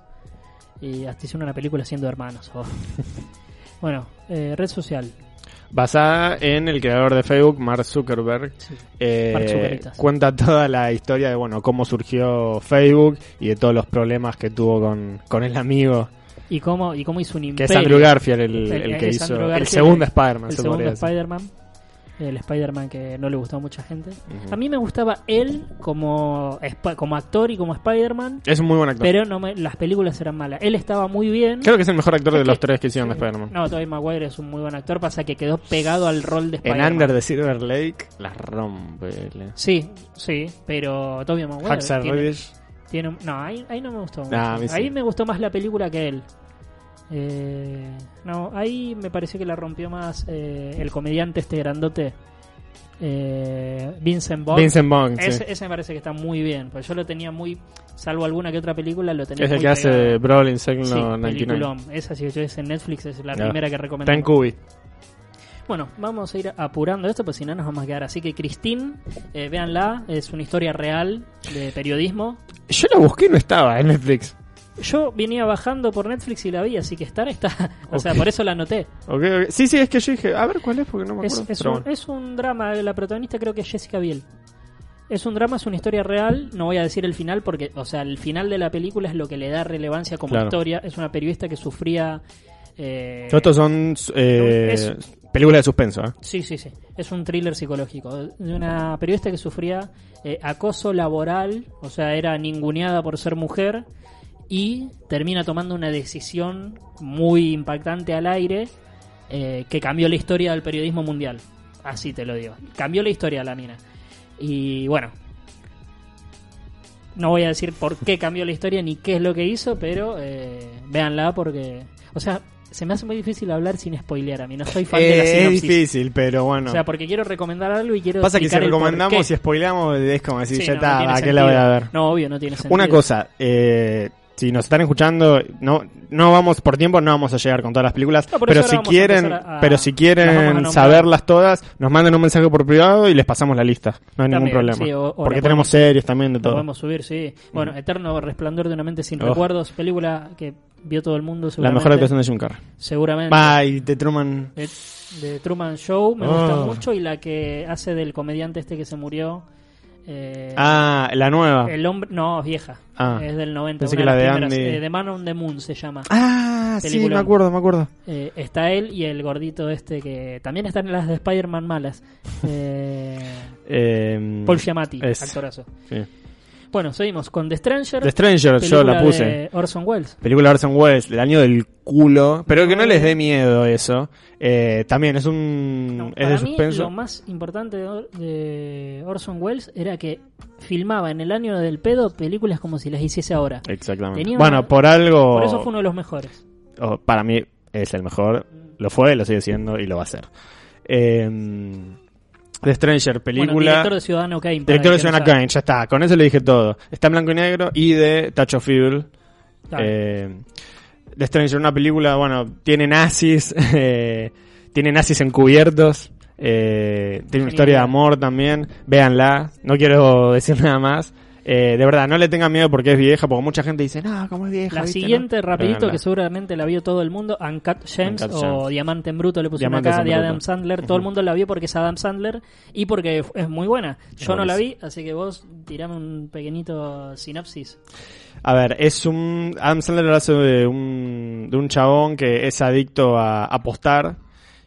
Y hasta hicieron una película siendo hermanos. Oh. Bueno, eh, Red Social. Basada en el creador de Facebook, Mark Zuckerberg. Sí. Eh, Mark cuenta toda la historia de bueno cómo surgió Facebook y de todos los problemas que tuvo con, con el amigo. Y cómo, y cómo hizo un imperio. Que es Andrew Garfield el, el, el que es hizo Garfield, el segundo Spider-Man. El se segundo decir. Spider-Man. El Spider-Man que no le gustó a mucha gente. Uh-huh. A mí me gustaba él como, como actor y como Spider-Man. Es un muy buen actor. Pero no me, las películas eran malas. Él estaba muy bien. Creo que es el mejor actor es de que, los tres que hicieron sí, de Spider-Man. No, Tobey Maguire es un muy buen actor. Pasa que quedó pegado al rol de Spider-Man. En Under the Silver Lake la rompe. Sí, sí. Pero Tobey Maguire Hacksaw tiene, Ridge. tiene, no, ahí, ahí no me gustó mucho. Nah, sí. Ahí me gustó más la película que él. Eh, no, ahí me pareció que la rompió más eh, el comediante este grandote. Eh, Vincent Vaughn. Vincent Vaughn, sí. ese, ese me parece que está muy bien, porque yo lo tenía muy, salvo alguna que otra película, lo tenía es muy el que pegado. hace Brawling Second sí, noventa y nueve. peliculón. Esa sí, yo es en Netflix, es la no. primera que recomendamos. Está en Cubi. Bueno, vamos a ir apurando esto, pues si no nos vamos a quedar. Así que Christine, eh, véanla, es una historia real de periodismo. Yo la busqué y no estaba en Netflix. Yo venía bajando por Netflix y la vi, así que estar está. O okay. sea, por eso la anoté. Okay, okay. Sí, sí, es que yo dije, a ver cuál es, porque no me acuerdo. Es, es, un, bueno. es un drama, la protagonista creo que es Jessica Biel. Es un drama, es una historia real. No voy a decir el final porque, o sea, el final de la película es lo que le da relevancia como claro. historia. Es una periodista que sufría. Eh, Estos son eh, es, películas de suspenso, ¿eh? Sí, sí, sí. Es un thriller psicológico. De una periodista que sufría eh, acoso laboral, o sea, era ninguneada por ser mujer. Y termina tomando una decisión muy impactante al aire eh, que cambió la historia del periodismo mundial. Así te lo digo. Cambió la historia de la mina. Y bueno, no voy a decir por qué cambió la historia ni qué es lo que hizo, pero eh, véanla porque... O sea, se me hace muy difícil hablar sin spoilear a mí, no soy fan eh, de la sinopsis. Es difícil, pero bueno. O sea, porque quiero recomendar algo y quiero Pasa que si recomendamos y si spoileamos es como decir, sí, ya no, está, no ¿a qué la voy a ver? No, obvio, no tiene sentido. Una cosa, eh, si nos están escuchando, no no vamos por tiempo, no vamos a llegar con todas las películas, no, pero, si quieren, a, pero si quieren saberlas todas, nos manden un mensaje por privado y les pasamos la lista. No hay también, ningún problema. Sí, o, o porque tenemos podemos, series también de todo. Podemos subir, sí. Bueno, mm. Eterno Resplandor de una mente sin oh. recuerdos, película que vio todo el mundo seguramente. La mejor actuación de Jim Carrey. Seguramente. Ay, de Truman. De, de Truman Show me oh. gusta mucho, y la que hace del comediante este que se murió. Eh, ah, la nueva. El hombre, no, es vieja. Ah, es del noventa. Pensé que la de Andy. Eh, The Man on the Moon se llama. Ah, película. Sí, me acuerdo, me acuerdo. Eh, está él y el gordito este que también están en las de Spider-Man malas. Eh, eh, Paul Giamatti, es, actorazo. Sí. Bueno, seguimos con The Stranger. The Stranger, yo la puse. De Orson Welles. Película de Orson Welles, del año del culo. Pero que no les dé miedo eso. Eh, también es un. No, es de suspenso. Mí, lo más importante de, de Orson Welles era que filmaba en el año del pedo películas como si las hiciese ahora. Exactamente. Tenía bueno, una, por algo. Por eso fue uno de los mejores. Oh, para mí es el mejor. Lo fue, lo sigue siendo y lo va a ser. Eh. The Stranger, película. Bueno, director de Ciudadano Kane. Director de Ciudadano Kane, ya está. Con eso le dije todo. Está en blanco y negro y de Touch of Evil. Eh, The Stranger, una película, bueno, tiene nazis, eh, tiene nazis encubiertos, eh, tiene una historia de amor también. Véanla, no quiero decir nada más. Eh, de verdad, no le tengan miedo porque es vieja, porque mucha gente dice, no, como es vieja. La ¿viste? siguiente, ¿no? rapidito, Véanla. Que seguramente la vio todo el mundo, Uncut Gems, Uncut o Gems. Diamante en Bruto, le pusieron Diamante acá, de Bruto. Adam Sandler. Uh-huh. Todo el mundo la vio porque es Adam Sandler y porque es muy buena. Yo Buenísimo. No la vi, así que vos tirame un pequeñito sinopsis. A ver, es un... Adam Sandler hace de un, de un chabón que es adicto a apostar.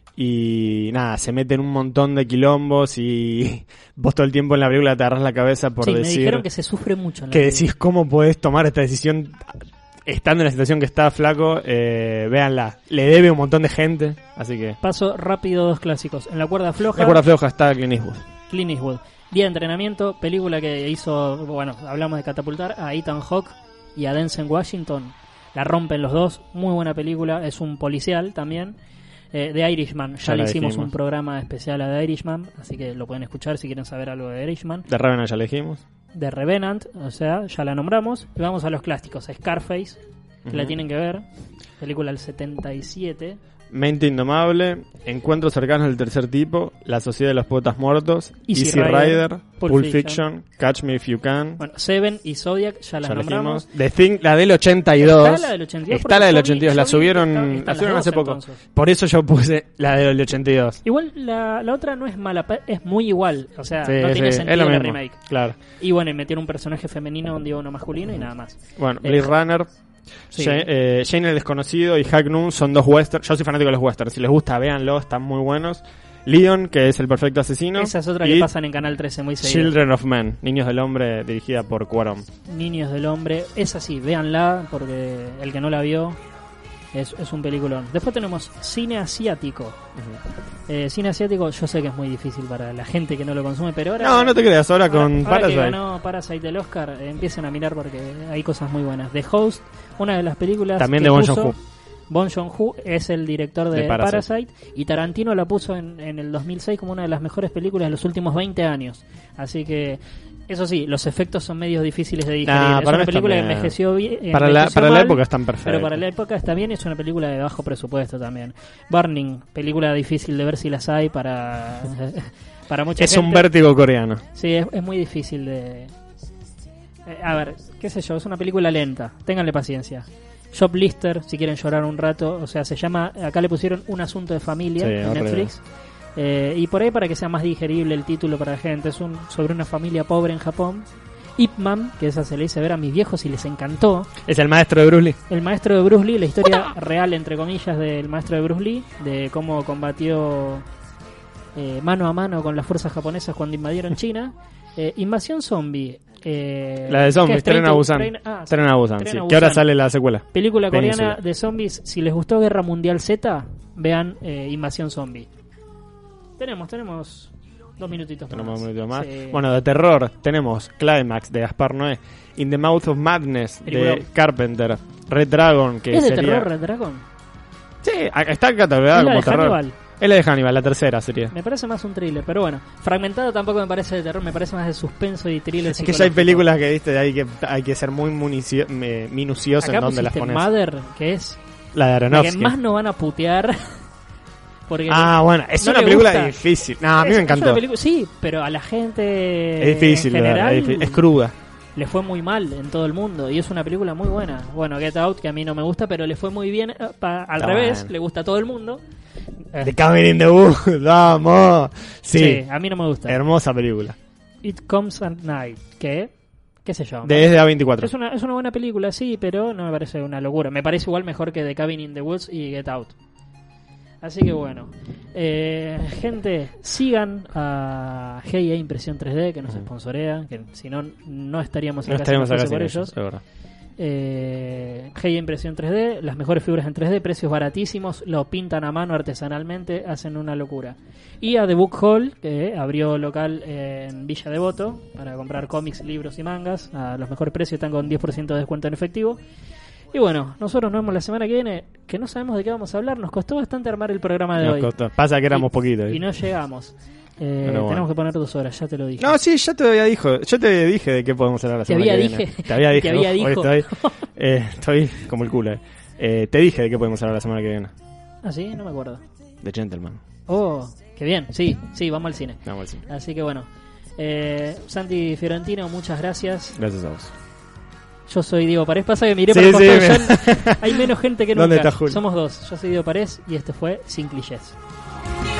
Y nada, se mete en un montón de quilombos y vos todo el tiempo en la película te agarrás la cabeza por sí, decir... me dijeron que se sufre mucho en la que película. Decís cómo podés tomar esta decisión estando en la situación que está, flaco. Eh, véanla, le debe un montón de gente, así que... Paso rápido dos clásicos. En la cuerda floja... La cuerda floja está Clint Eastwood. Clint Eastwood. Día de entrenamiento, película que hizo, bueno, hablamos de catapultar a Ethan Hawke y a Denzel Washington. La rompen los dos, muy buena película, es un policial también. Eh, The Irishman, ya, ya le hicimos dijimos. Un programa especial a The Irishman, así que lo pueden escuchar si quieren saber algo de The Irishman. The Revenant ya le dijimos. The Revenant, o sea, ya la nombramos. Y vamos a los clásicos, Scarface, que uh-huh. la tienen que ver, película del setenta y siete. Mente Indomable, Encuentros cercanos del tercer tipo, La sociedad de los poetas muertos, Easy, Easy Rider, Rider, Pulp, Pulp Fiction. Fiction, Catch Me If You Can. Bueno, Seven y Zodiac ya las ya nombramos. The Thing, la del ochenta y dos. Está la del ochenta y dos. Está la del ochenta y dos, la subieron, está, está la subieron hace poco. Entonces. Por eso yo puse la del ochenta y dos. Igual la, la otra no es mala, es muy igual. O sea, sí, no sí, tiene sentido la remake. Claro. Y bueno, metieron un personaje femenino donde iba uno masculino y nada más. Bueno, Blade eh, Runner. Sí. Jane, eh, Jane el Desconocido y Hack Noon son dos westerns. Yo soy fanático de los westerns. Si les gusta, véanlo, están muy buenos. Leon, que es el perfecto asesino. Esa es otra que pasan en Canal trece muy seguido. Children of Men, Niños del Hombre, dirigida por Cuarón. Niños del Hombre, esa sí, véanla, porque el que no la vio es, es un peliculón. Después tenemos cine asiático. Uh-huh. eh, cine asiático, yo sé que es muy difícil para la gente que no lo consume, pero ahora... No, no te creas, ahora, ahora con ahora Parasite. que ganó Parasite del Oscar, eh, empiecen a mirar porque hay cosas muy buenas. The Host, una de las películas también que de Bong puso, Joon-ho. Bong Joon-ho es el director de, de Parasite. Parasite y Tarantino la puso en, en el dos mil seis como una de las mejores películas de los últimos veinte años. Así que, eso sí, los efectos son medios difíciles de digerir. Nah, es para una película que bien. envejeció bien. Para, la, para mal, la época están perfectas. Pero para la época está bien, es una película de bajo presupuesto también. Burning, película difícil de ver si las hay para, para mucha es gente. Es un vértigo coreano. Sí, es, es muy difícil de... Eh, a ver, qué sé yo, es una película lenta. Ténganle paciencia. Shoplister, si quieren llorar un rato, o sea, se llama, acá le pusieron Un asunto de familia sí, en Netflix, eh, y por ahí para que sea más digerible el título para la gente, es un sobre una familia pobre en Japón. Ip Man, que esa se le hice ver a mis viejos y les encantó. Es el maestro de Bruce Lee. El maestro de Bruce Lee, la historia real, entre comillas, del maestro de Bruce Lee, de cómo combatió eh, mano a mano con las fuerzas japonesas cuando invadieron China. Eh, Invasión Zombie. Eh, la de zombies, Tren a Busan. Tren, ah, Tren a Busan, sí. Que ahora sale la secuela. Película coreana Península. De zombies. Si les gustó Guerra Mundial Z, vean eh, Invasión Zombie. Tenemos, tenemos dos minutitos tenemos más. Un minutito más. Sí. Bueno, de terror tenemos Climax de Gaspar Noé, In the Mouth of Madness película. De Carpenter, Red Dragon, que ¿Es de sería... terror Red Dragon? Sí, acá está catalogada como de terror. Hannibal. Es la de Hannibal, la tercera sería. Me parece más un thriller, pero bueno. Fragmentado tampoco me parece de terror, me parece más de suspenso y thriller. Es que ya hay películas que viste, hay que hay que ser muy municio, eh, minucioso acá en donde las pones. Mother, que es la de Aronofsky. La que más no van a putear. Porque ah, bueno, es no una película gusta. difícil. No, a mí es, me encantó. Sí, pero a la gente es difícil, en general, es, difícil. Es cruda. Le fue muy mal en todo el mundo y es una película muy buena. Bueno, Get Out, que a mí no me gusta, pero le fue muy bien. Pa, al Está revés, bueno. Le gusta a todo el mundo. The Cabin in the Woods, vamos. Sí. sí, a mí no me gusta. Hermosa película. It Comes at Night, que, qué sé yo. Desde A veinticuatro. Es una, es una buena película, sí, pero no me parece una locura. Me parece igual mejor que The Cabin in the Woods y Get Out. Así que bueno, eh, gente, sigan a G I A Impresión tres D, que nos uh-huh. sponsorea, que si no, no estaríamos no acá estaríamos acá por ellos. ellos. Es verdad. Eh, G I A Impresión tres D, las mejores figuras en tres D, precios baratísimos, lo pintan a mano artesanalmente, hacen una locura. Y a The Book Hall, que abrió local en Villa Devoto para comprar cómics, libros y mangas a los mejores precios, están con diez por ciento de descuento en efectivo. Y bueno, nosotros nos vemos la semana que viene, que no sabemos de qué vamos a hablar, nos costó bastante armar el programa de nos hoy. Costó. Pasa que éramos y, poquitos. Y no llegamos. Eh, bueno. Tenemos que poner dos horas, ya te lo dije. No, sí, ya te había dicho, yo te dije de qué podemos hablar la te semana había que dije, viene. Te había dije. Te había dicho. Estoy, eh, estoy como el culo. Eh. Eh, te dije de qué podemos hablar la semana que viene. Ah, sí, no me acuerdo. The Gentleman. Oh, qué bien, sí, sí, vamos al cine. Vamos al cine. Así que bueno, eh, Santi Fiorentino, muchas gracias. Gracias a vos. Yo soy Diego Parés. Pasa que miré sí, para el sí, costado. Hay menos gente que nunca. ¿Dónde está Julio? Somos dos. Yo soy Diego Parés y este fue Sin Clichés.